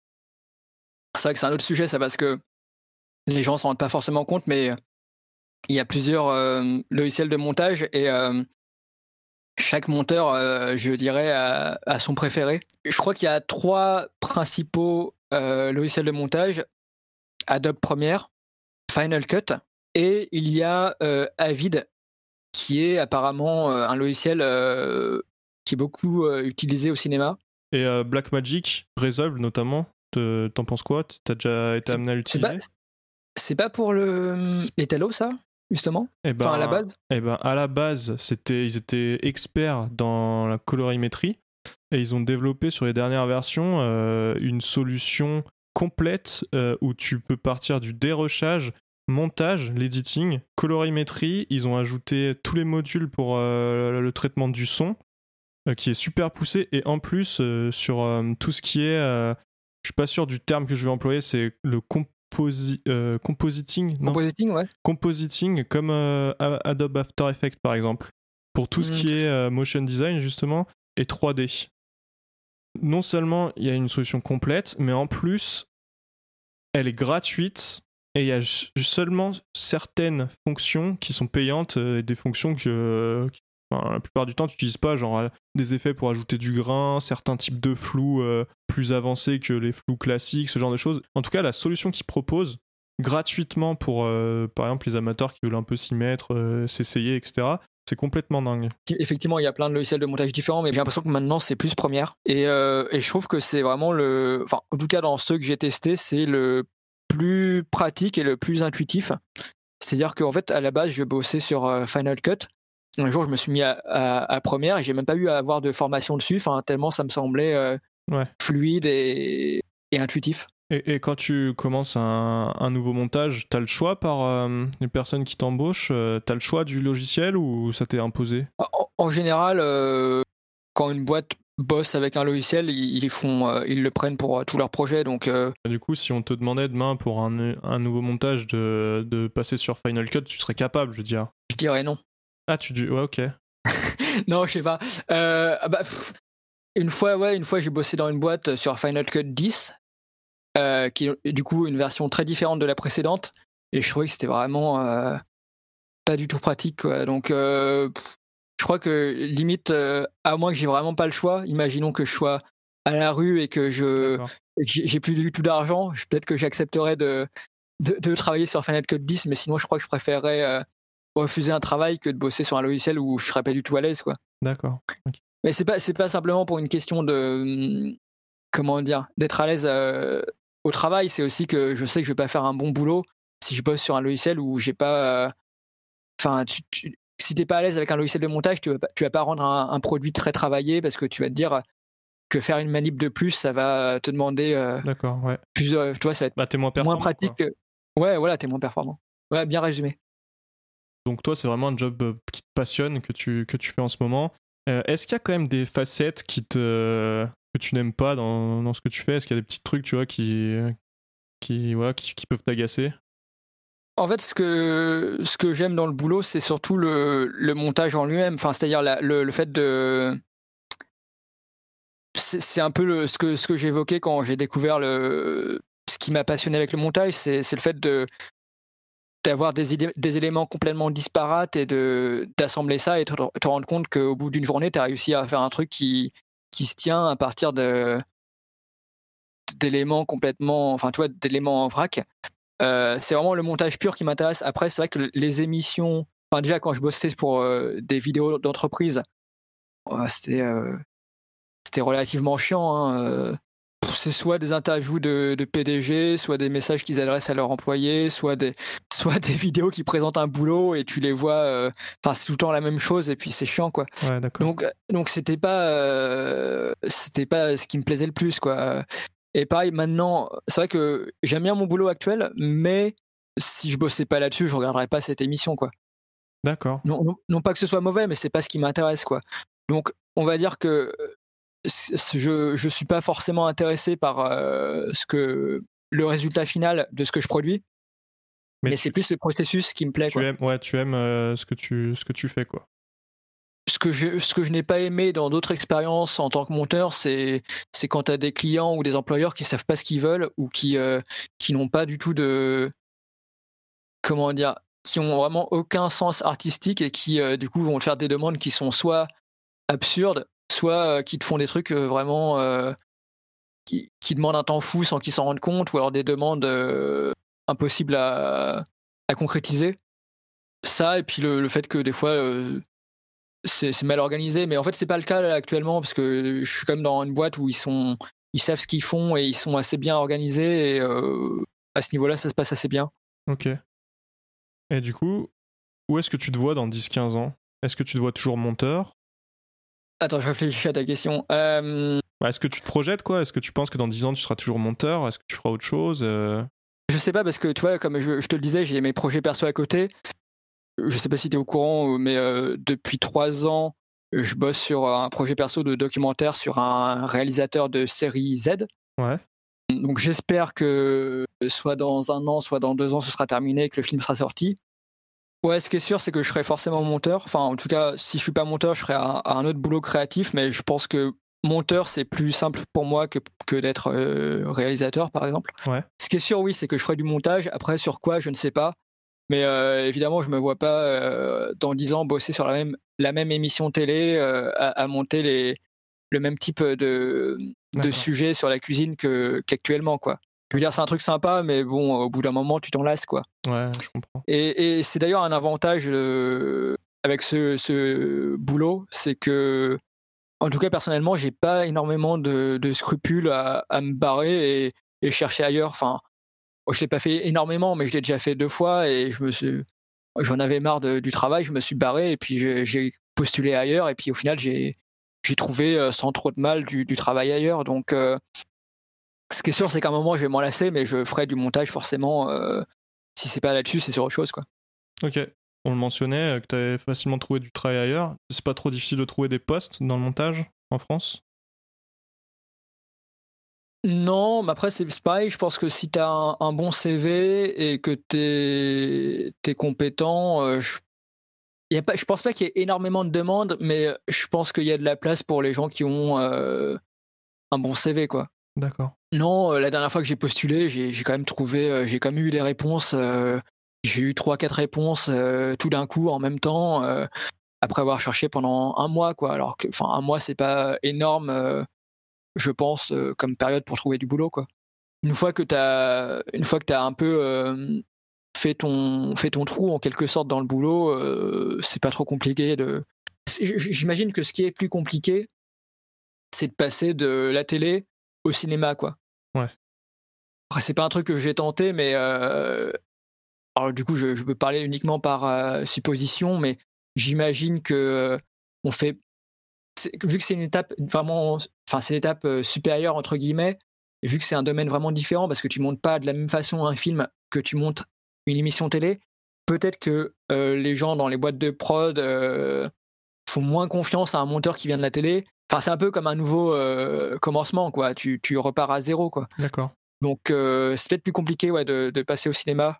C'est vrai que c'est un autre sujet, ça, parce que les gens s'en rendent pas forcément compte, mais il y a plusieurs euh, logiciels de montage et euh, chaque monteur, euh, je dirais, a, a son préféré. Je crois qu'il y a trois principaux euh, logiciels de montage: Adobe Premiere, Final Cut, et il y a euh, Avid, qui est apparemment euh, un logiciel euh, qui est beaucoup euh, utilisé au cinéma. Et euh, Blackmagic, Resolve notamment, te- t'en penses quoi? T'as déjà été C'est, amené à c'est pas, l'utiliser? c'est pas pour le, les talos, ça, justement? Eh Enfin, à la ben, base? eh ben, à la base, c'était, ils étaient experts dans la colorimétrie et ils ont développé sur les dernières versions euh, une solution complète euh, où tu peux partir du dérochage, montage, l'editing, colorimétrie. Ils ont ajouté tous les modules pour euh, le traitement du son euh, qui est super poussé et en plus euh, sur euh, tout ce qui est, euh, je suis pas sûr du terme que je vais employer, c'est le composi- euh, compositing, non? Compositing, ouais. Compositing comme euh, Adobe After Effects par exemple, pour tout ce Mm. qui est euh, motion design justement et trois D. Non seulement il y a une solution complète, mais en plus elle est gratuite et il y a j- seulement certaines fonctions qui sont payantes euh, et des fonctions que euh, enfin, la plupart du temps tu n'utilises pas, genre euh, des effets pour ajouter du grain, certains types de flous euh, plus avancés que les flous classiques, ce genre de choses. En tout cas, la solution qu'ils proposent gratuitement pour, euh, par exemple, les amateurs qui veulent un peu s'y mettre, euh, s'essayer, et cetera, c'est complètement dingue. Effectivement, il y a plein de logiciels de montage différents, mais j'ai l'impression que maintenant c'est plus Premiere. Et, euh, et je trouve que c'est vraiment le. Enfin, en tout cas, dans ceux que j'ai testés, c'est le plus pratique et le plus intuitif. C'est-à-dire qu'en fait, à la base, je bossais sur euh, Final Cut. Un jour, je me suis mis à, à, à Premiere et j'ai même pas eu à avoir de formation dessus, enfin, tellement ça me semblait euh, Ouais. fluide et, et intuitif. Et, et quand tu commences un, un nouveau montage, t'as le choix par euh, les personnes qui t'embauchent, euh, t'as le choix du logiciel ou ça t'est imposé? En, en général, euh, quand une boîte bosse avec un logiciel, ils, ils font, euh, ils le prennent pour euh, tous leurs projets. Donc, euh, Du coup, si on te demandait demain pour un, un nouveau montage de, de passer sur Final Cut, tu serais capable, je veux dire. je dirais non. Ah, tu dis, ouais, ok. Non, je sais pas. Euh, ah bah, pff, une fois, ouais, une fois, j'ai bossé dans une boîte sur Final Cut dix, euh, qui est du coup une version très différente de la précédente, et je trouvais que c'était vraiment euh, pas du tout pratique, quoi. Donc, euh, pff, je crois que limite, euh, à moins que j'ai vraiment pas le choix, imaginons que je sois à la rue et que je D'accord. j'ai j'ai plus du tout d'argent, je- peut-être que j'accepterais de, de, de travailler sur Final Cut dix, mais sinon, je crois que je préférerais euh, refuser un travail que de bosser sur un logiciel où je serais pas du tout à l'aise, quoi. D'accord. Ok. Mais c'est pas c'est pas simplement pour une question de hum, comment dire, d'être à l'aise euh, au travail, c'est aussi que je sais que je vais pas faire un bon boulot si je bosse sur un logiciel où j'ai pas euh, enfin tu, tu, si t'es pas à l'aise avec un logiciel de montage, tu vas pas, tu vas pas rendre un, un produit très travaillé parce que tu vas te dire que faire une manip de plus, ça va te demander euh, D'accord, ouais. plus, euh, tu vois, ça va être Bah, t'es moins performant. moins pratique. Quoi. Que... Ouais, voilà, t'es moins performant. Ouais, bien résumé. Donc toi, c'est vraiment un job euh, qui te passionne, que tu, que tu fais en ce moment. Euh, est-ce qu'il y a quand même des facettes qui te, que tu n'aimes pas dans, dans ce que tu fais? Est-ce qu'il y a des petits trucs, tu vois, qui, qui, voilà, qui, qui peuvent t'agacer? En fait, ce que, ce que j'aime dans le boulot, c'est surtout le, le montage en lui-même. Enfin, c'est-à-dire la, le, le fait de... C'est, c'est un peu le, ce que, ce que j'évoquais quand j'ai découvert le, ce qui m'a passionné avec le montage, c'est, c'est le fait de, d'avoir des, idées, des éléments complètement disparates et de, d'assembler ça et te, te rendre compte qu'au bout d'une journée, tu as réussi à faire un truc qui, qui se tient à partir de, d'éléments complètement... Enfin, tu vois, d'éléments en vrac. Euh, c'est vraiment le montage pur qui m'intéresse. Après, c'est vrai que les émissions... Enfin, déjà, quand je bossais pour euh, des vidéos d'entreprise, euh, c'était, euh, c'était relativement chiant. Hein. Euh, c'est soit des interviews de, de P D G, soit des messages qu'ils adressent à leurs employés, soit des, soit des vidéos qui présentent un boulot et tu les vois... Euh, enfin, c'est tout le temps la même chose et puis c'est chiant, quoi. Ouais, d'accord. Donc, donc c'était pas, euh, c'était pas ce qui me plaisait le plus, quoi. Et pareil, maintenant, c'est vrai que j'aime bien mon boulot actuel, mais si je bossais pas là-dessus, je regarderais pas cette émission, quoi. D'accord. Non, non, non pas que ce soit mauvais, mais c'est pas ce qui m'intéresse, quoi. Donc, on va dire que je je suis pas forcément intéressé par euh, ce que le résultat final de ce que je produis, mais, mais tu, c'est plus le processus qui me plaît, tu quoi. Aimes, ouais, tu aimes euh, ce que tu ce que tu fais, quoi. Ce que je ce que je n'ai pas aimé dans d'autres expériences en tant que monteur, c'est c'est quand tu as des clients ou des employeurs qui savent pas ce qu'ils veulent ou qui euh, qui n'ont pas du tout de... comment dire, qui ont vraiment aucun sens artistique et qui euh, du coup vont te faire des demandes qui sont soit absurdes, soit euh, qui te font des trucs euh, vraiment euh, qui, qui demandent un temps fou sans qu'ils s'en rendent compte, ou alors des demandes euh, impossibles à, à concrétiser. Ça, et puis le, le fait que des fois euh, c'est, c'est mal organisé, mais en fait c'est pas le cas là, actuellement, parce que je suis quand même dans une boîte où ils sont ils savent ce qu'ils font et ils sont assez bien organisés, et euh, à ce niveau-là ça se passe assez bien. Ok. Et du coup, où est-ce que tu te vois dans dix quinze ans? Est-ce que tu te vois toujours monteur? Attends, je réfléchis à ta question. Euh... Bah, est-ce que tu te projettes, quoi? Est-ce que tu penses que dans dix ans tu seras toujours monteur? Est-ce que tu feras autre chose? euh... Je sais pas, parce que tu vois, comme je, je te le disais, j'ai mes projets perso à côté. Je sais pas si tu es au courant, mais euh, depuis trois ans, je bosse sur un projet perso de documentaire sur un réalisateur de série Z. Ouais. Donc j'espère que soit dans un an, soit dans deux ans, ce sera terminé et que le film sera sorti. Ouais, ce qui est sûr, c'est que je serai forcément monteur. Enfin, en tout cas, si je suis pas monteur, je serai à, à un autre boulot créatif, mais je pense que monteur, c'est plus simple pour moi que, que d'être euh, réalisateur, par exemple. Ouais. Ce qui est sûr, oui, c'est que je ferai du montage. Après, sur quoi, je ne sais pas. Mais euh, évidemment, je me vois pas euh, dans dix ans bosser sur la même, la même émission télé, euh, à, à monter les, le même type de, de sujet sur la cuisine que, qu'actuellement, quoi. Je veux dire, c'est un truc sympa, mais bon, au bout d'un moment, tu t'en lasses, quoi. Ouais, je comprends. Et, et c'est d'ailleurs un avantage euh, avec ce, ce boulot, c'est que, en tout cas, personnellement, j'ai pas énormément de, de scrupules à, à me barrer et, et chercher ailleurs. Enfin, je l'ai pas fait énormément, mais je l'ai déjà fait deux fois et je me suis, j'en avais marre de, du travail, je me suis barré et puis j'ai, j'ai postulé ailleurs et puis au final, j'ai, j'ai trouvé euh, sans trop de mal du, du travail ailleurs. Donc, euh, ce qui est sûr, c'est qu'à un moment, je vais m'en lasser, mais je ferai du montage forcément. Euh, si c'est pas là-dessus, c'est sur autre chose, quoi. Ok. On le mentionnait, euh, que tu avais facilement trouvé du travail ailleurs. C'est pas trop difficile de trouver des postes dans le montage en France? Non, mais après, c'est pareil. Je pense que si tu as un, un bon C V et que tu es compétent, euh, je, y a pas, je pense pas qu'il y ait énormément de demandes, mais je pense qu'il y a de la place pour les gens qui ont euh, un bon C V, quoi. D'accord. Non, euh, la dernière fois que j'ai postulé, j'ai, j'ai quand même trouvé, euh, j'ai quand même eu des réponses. Euh, j'ai eu trois, quatre réponses euh, tout d'un coup en même temps, euh, après avoir cherché pendant un mois, quoi. Alors que, enfin, un mois, c'est pas énorme, euh, je pense, euh, comme période pour trouver du boulot, quoi. Une fois que t'as, une fois que t'as un peu euh, fait ton, fait ton trou en quelque sorte dans le boulot, euh, c'est pas trop compliqué de. J'imagine que ce qui est plus compliqué, c'est de passer de la télé au cinéma, quoi. Ouais. Après, c'est pas un truc que j'ai tenté, mais euh... alors du coup, je, je peux parler uniquement par euh, supposition, mais j'imagine que euh, on fait c'est, vu que c'est une étape vraiment, enfin c'est l'étape euh, supérieure entre guillemets, et vu que c'est un domaine vraiment différent parce que tu montes pas de la même façon un film que tu montes une émission télé, peut-être que euh, les gens dans les boîtes de prod euh, font moins confiance à un monteur qui vient de la télé. Enfin, c'est un peu comme un nouveau euh, commencement, quoi. Tu, tu repars à zéro, quoi. D'accord. Donc, euh, c'est peut-être plus compliqué, ouais, de, de passer au cinéma.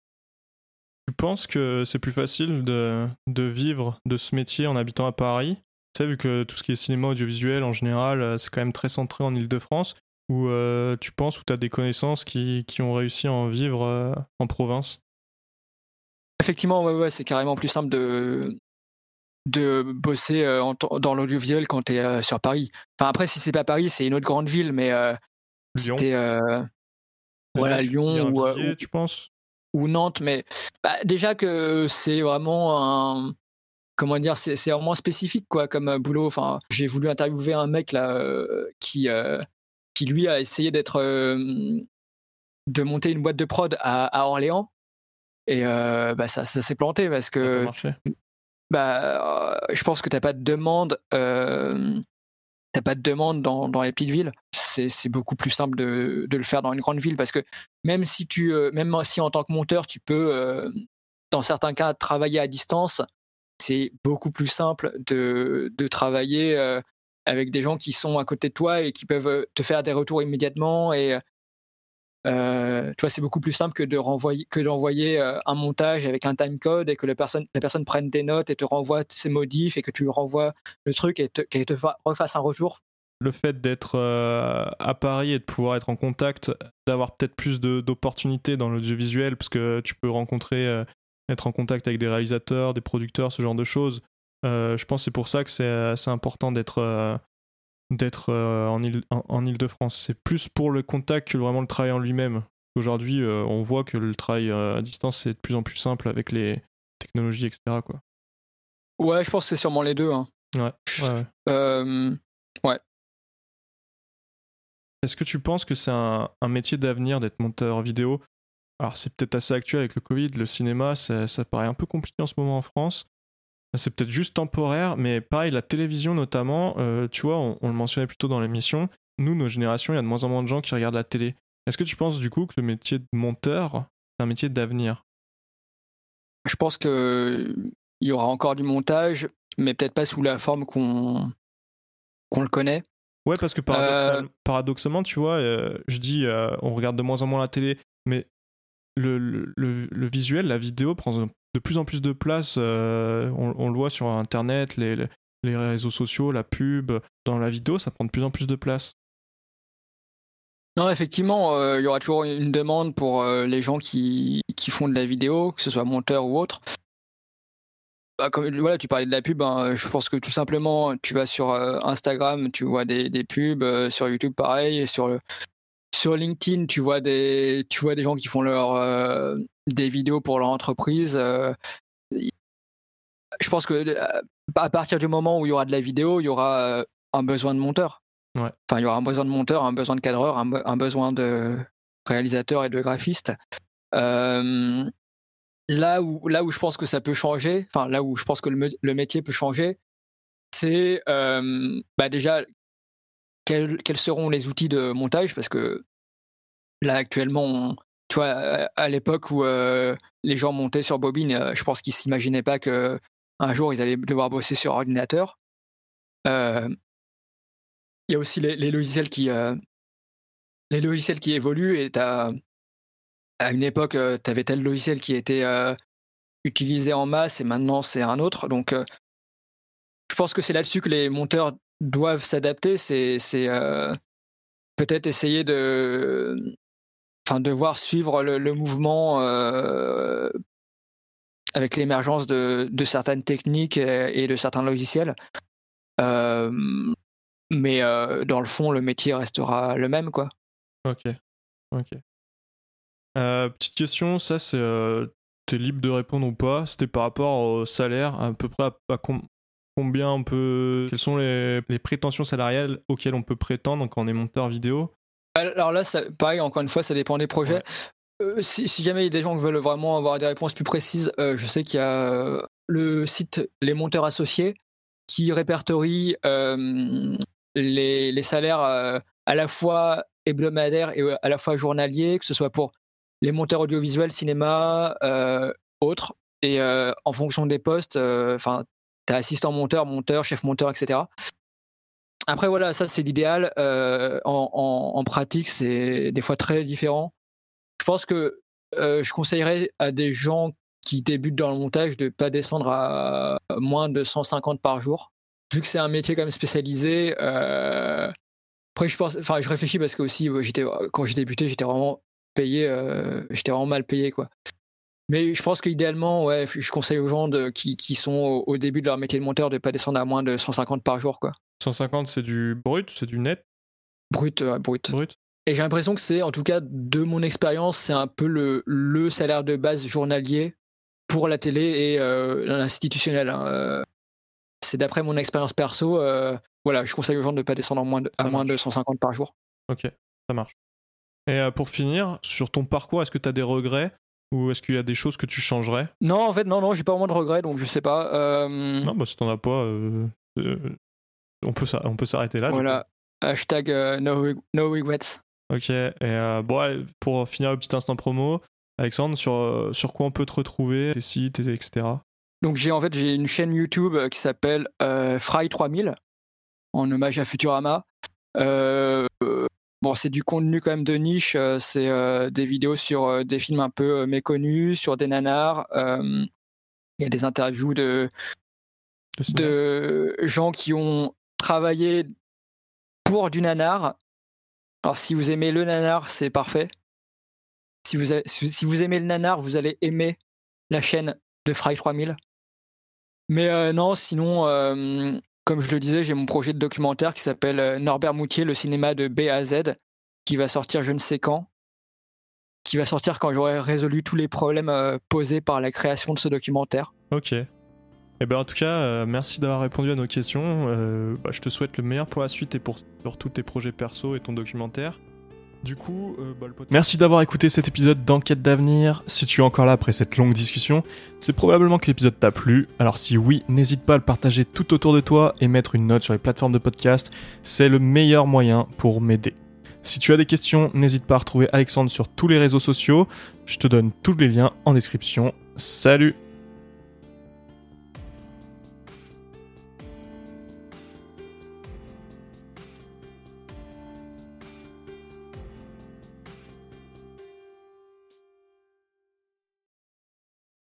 Tu penses que c'est plus facile de, de vivre de ce métier en habitant à Paris? Tu sais, vu que tout ce qui est cinéma audiovisuel, en général, euh, c'est quand même très centré en Île-de-France, ou euh, tu penses, ou tu as des connaissances qui, qui ont réussi à en vivre euh, en province? Effectivement, ouais, ouais, c'est carrément plus simple de, de bosser euh, en t- dans l'audiovisuel quand t'es euh, sur Paris. Enfin, après, si c'est pas Paris, c'est une autre grande ville, mais euh, si Lyon? t'es, euh, voilà, Tu peux Lyon dire un ou, euh, Vivier, ou, tu penses? ou Nantes, mais bah, déjà que c'est vraiment un, comment dire, c'est, c'est vraiment spécifique, quoi, comme euh, boulot. Enfin, j'ai voulu interviewer un mec là euh, qui, euh, qui lui a essayé d'être, euh, de monter une boîte de prod à, à Orléans, et euh, bah ça, ça s'est planté parce Ça n'a pas que marché. bah, euh, je pense que t'as pas de demande, euh, t'as pas de demande dans, dans les petites villes. C'est, c'est beaucoup plus simple de, de le faire dans une grande ville parce que même si tu, euh, même si en tant que monteur tu peux, euh, dans certains cas, travailler à distance, c'est beaucoup plus simple de, de travailler euh, avec des gens qui sont à côté de toi et qui peuvent euh, te faire des retours immédiatement. Et euh, tu vois, c'est beaucoup plus simple que de renvoyer, que d'envoyer euh, un montage avec un timecode et que la personne, la personne prenne tes notes et te renvoie ses modifs et que tu lui renvoies le truc et te, qu'elle te fa- refasse un retour. Le fait d'être euh, à Paris et de pouvoir être en contact, d'avoir peut-être plus de, d'opportunités dans l'audiovisuel, parce que tu peux rencontrer, euh, être en contact avec des réalisateurs, des producteurs, ce genre de choses. Euh, je pense que c'est pour ça que c'est assez important d'être, euh, d'être euh, en, Île, en, en Île-de-France. C'est plus pour le contact que vraiment le travail en lui-même. Aujourd'hui, euh, on voit que le travail euh, à distance, c'est de plus en plus simple avec les technologies, et cetera, quoi. Ouais, je pense que c'est sûrement les deux. Hein. Ouais, ouais, ouais. Euh, ouais. Est-ce que tu penses que c'est un, un métier d'avenir d'être monteur vidéo? Alors c'est peut-être assez actuel avec le Covid, le cinéma, ça, ça paraît un peu compliqué en ce moment en France. C'est peut-être juste temporaire, mais pareil, la télévision notamment, euh, tu vois, on, on le mentionnait plus tôt dans l'émission, nous, nos générations, il y a de moins en moins de gens qui regardent la télé. Est-ce que tu penses du coup que le métier de monteur, c'est un métier d'avenir? Je pense que il y aura encore du montage, mais peut-être pas sous la forme qu'on, qu'on le connaît. Ouais, parce que Euh, paradoxal, paradoxalement, tu vois, euh, je dis, euh, on regarde de moins en moins la télé, mais le, le, le, le visuel, la vidéo prend de plus en plus de place. Euh, on, on le voit sur Internet, les, les, les réseaux sociaux, la pub. Dans la vidéo, ça prend de plus en plus de place. non, effectivement, euh, il y aura toujours une demande pour euh, les gens qui, qui font de la vidéo, que ce soit monteur ou autre. Bah, comme, voilà, tu parlais de la pub, hein, je pense que tout simplement, tu vas sur euh, Instagram, tu vois des, des pubs, euh, sur YouTube pareil, et sur, le, sur LinkedIn, tu vois des, tu vois des gens qui font leur, euh, des vidéos pour leur entreprise. Euh, je pense que euh, à partir du moment où il y aura de la vidéo, il y aura euh, un besoin de monteur. Ouais. Enfin, il y aura un besoin de monteur, un besoin de cadreur, un, be- un besoin de réalisateur et de graphiste. Euh, là où là où je pense que ça peut changer, enfin là où je pense que le, me- le métier peut changer, c'est euh, bah déjà quels, quels seront les outils de montage, parce que là actuellement, on- tu vois, à, à l'époque où euh, les gens montaient sur bobine, euh, je pense qu'ils s'imaginaient pas que un jour ils allaient devoir bosser sur ordinateur. Euh, Il y a aussi les, les logiciels qui euh, les logiciels qui évoluent, et t'as, à une époque, tu avais tel logiciel qui était euh, utilisé en masse et maintenant c'est un autre. Donc euh, je pense que c'est là-dessus que les monteurs doivent s'adapter. C'est, c'est euh, peut-être essayer de, enfin, devoir suivre le, le mouvement euh, avec l'émergence de, de certaines techniques et, et de certains logiciels. Euh, mais euh, dans le fond, le métier restera le même, quoi. Ok. Ok. Euh, petite question, ça c'est. Euh, t'es libre de répondre ou pas. C'était par rapport au salaire, à peu près à, à com- combien on peut. Quelles sont les, les prétentions salariales auxquelles on peut prétendre quand on est monteur vidéo? Alors là, ça, pareil, encore une fois, ça dépend des projets. Ouais. Euh, si, si jamais il y a des gens qui veulent vraiment avoir des réponses plus précises, euh, je sais qu'il y a euh, le site Les Monteurs Associés qui répertorie euh, les, les salaires euh, à la fois hebdomadaires et à la fois journaliers, que ce soit pour les monteurs audiovisuels, cinéma, euh, autres. Et euh, en fonction des postes, enfin, euh, t'as assistant monteur, monteur, chef monteur, et cetera. Après, voilà, ça, c'est l'idéal. Euh, en, en, en pratique, c'est des fois très différent. Je pense que euh, je conseillerais à des gens qui débutent dans le montage de ne pas descendre à moins de cent cinquante par jour. Vu que c'est un métier quand même spécialisé, euh... après, je pense, enfin, je réfléchis parce que aussi, j'étais, quand j'ai débuté, j'étais vraiment payé, euh... j'étais vraiment mal payé, quoi. Mais je pense qu'idéalement, ouais, je conseille aux gens de, qui, qui sont au, au début de leur métier de monteur de ne pas descendre à moins de cent cinquante par jour, quoi. cent cinquante, c'est du brut, c'est du net? Brut, euh, brut. Brut. Et j'ai l'impression que c'est, en tout cas, de mon expérience, c'est un peu le, le salaire de base journalier pour la télé et euh, l'institutionnel. Hein. Euh, c'est d'après mon expérience perso. Euh, voilà, je conseille aux gens de ne pas descendre en moins de, à moins de cent cinquante par jour. Ok, ça marche. Et euh, pour finir, sur ton parcours, est-ce que tu as des regrets ou est-ce qu'il y a des choses que tu changerais? Non, en fait, non, non, j'ai pas vraiment de regrets, donc je sais pas. Euh... Non, bah si t'en as pas, euh, euh, on, peut, on peut s'arrêter là. Voilà, hashtag uh, no, no regrets. Ok, et euh, bon, allez, pour finir le petit instant promo, Alexandre, sur, euh, sur quoi on peut te retrouver, tes sites, et cetera. Donc j'ai en fait j'ai une chaîne YouTube qui s'appelle euh, Fry trois mille en hommage à Futurama. Euh, euh, bon, c'est du contenu quand même de niche. Euh, c'est euh, des vidéos sur euh, des films un peu euh, méconnus, sur des nanars. Il euh, y a des interviews de de gens qui ont travaillé pour du nanar. Alors si vous aimez le nanar, c'est parfait. Si vous, avez, si vous aimez le nanar, vous allez aimer la chaîne de Fry trois mille. Mais euh, non, sinon, euh, comme je le disais, j'ai mon projet de documentaire qui s'appelle Norbert Moutier, le cinéma de B à Z, qui va sortir je ne sais quand, qui va sortir quand j'aurai résolu tous les problèmes euh, posés par la création de ce documentaire. Ok. Eh ben en tout cas, euh, merci d'avoir répondu à nos questions. Euh, bah, je te souhaite le meilleur pour la suite et pour, pour tous tes projets perso et ton documentaire. Du coup, euh, bah, le podcast... Merci d'avoir écouté cet épisode d'Enquête d'avenir. Si tu es encore là après cette longue discussion, c'est probablement que l'épisode t'a plu. Alors si oui, n'hésite pas à le partager tout autour de toi et mettre une note sur les plateformes de podcast. C'est le meilleur moyen pour m'aider. Si tu as des questions, n'hésite pas à retrouver Alexandre sur tous les réseaux sociaux. Je te donne tous les liens en description. Salut!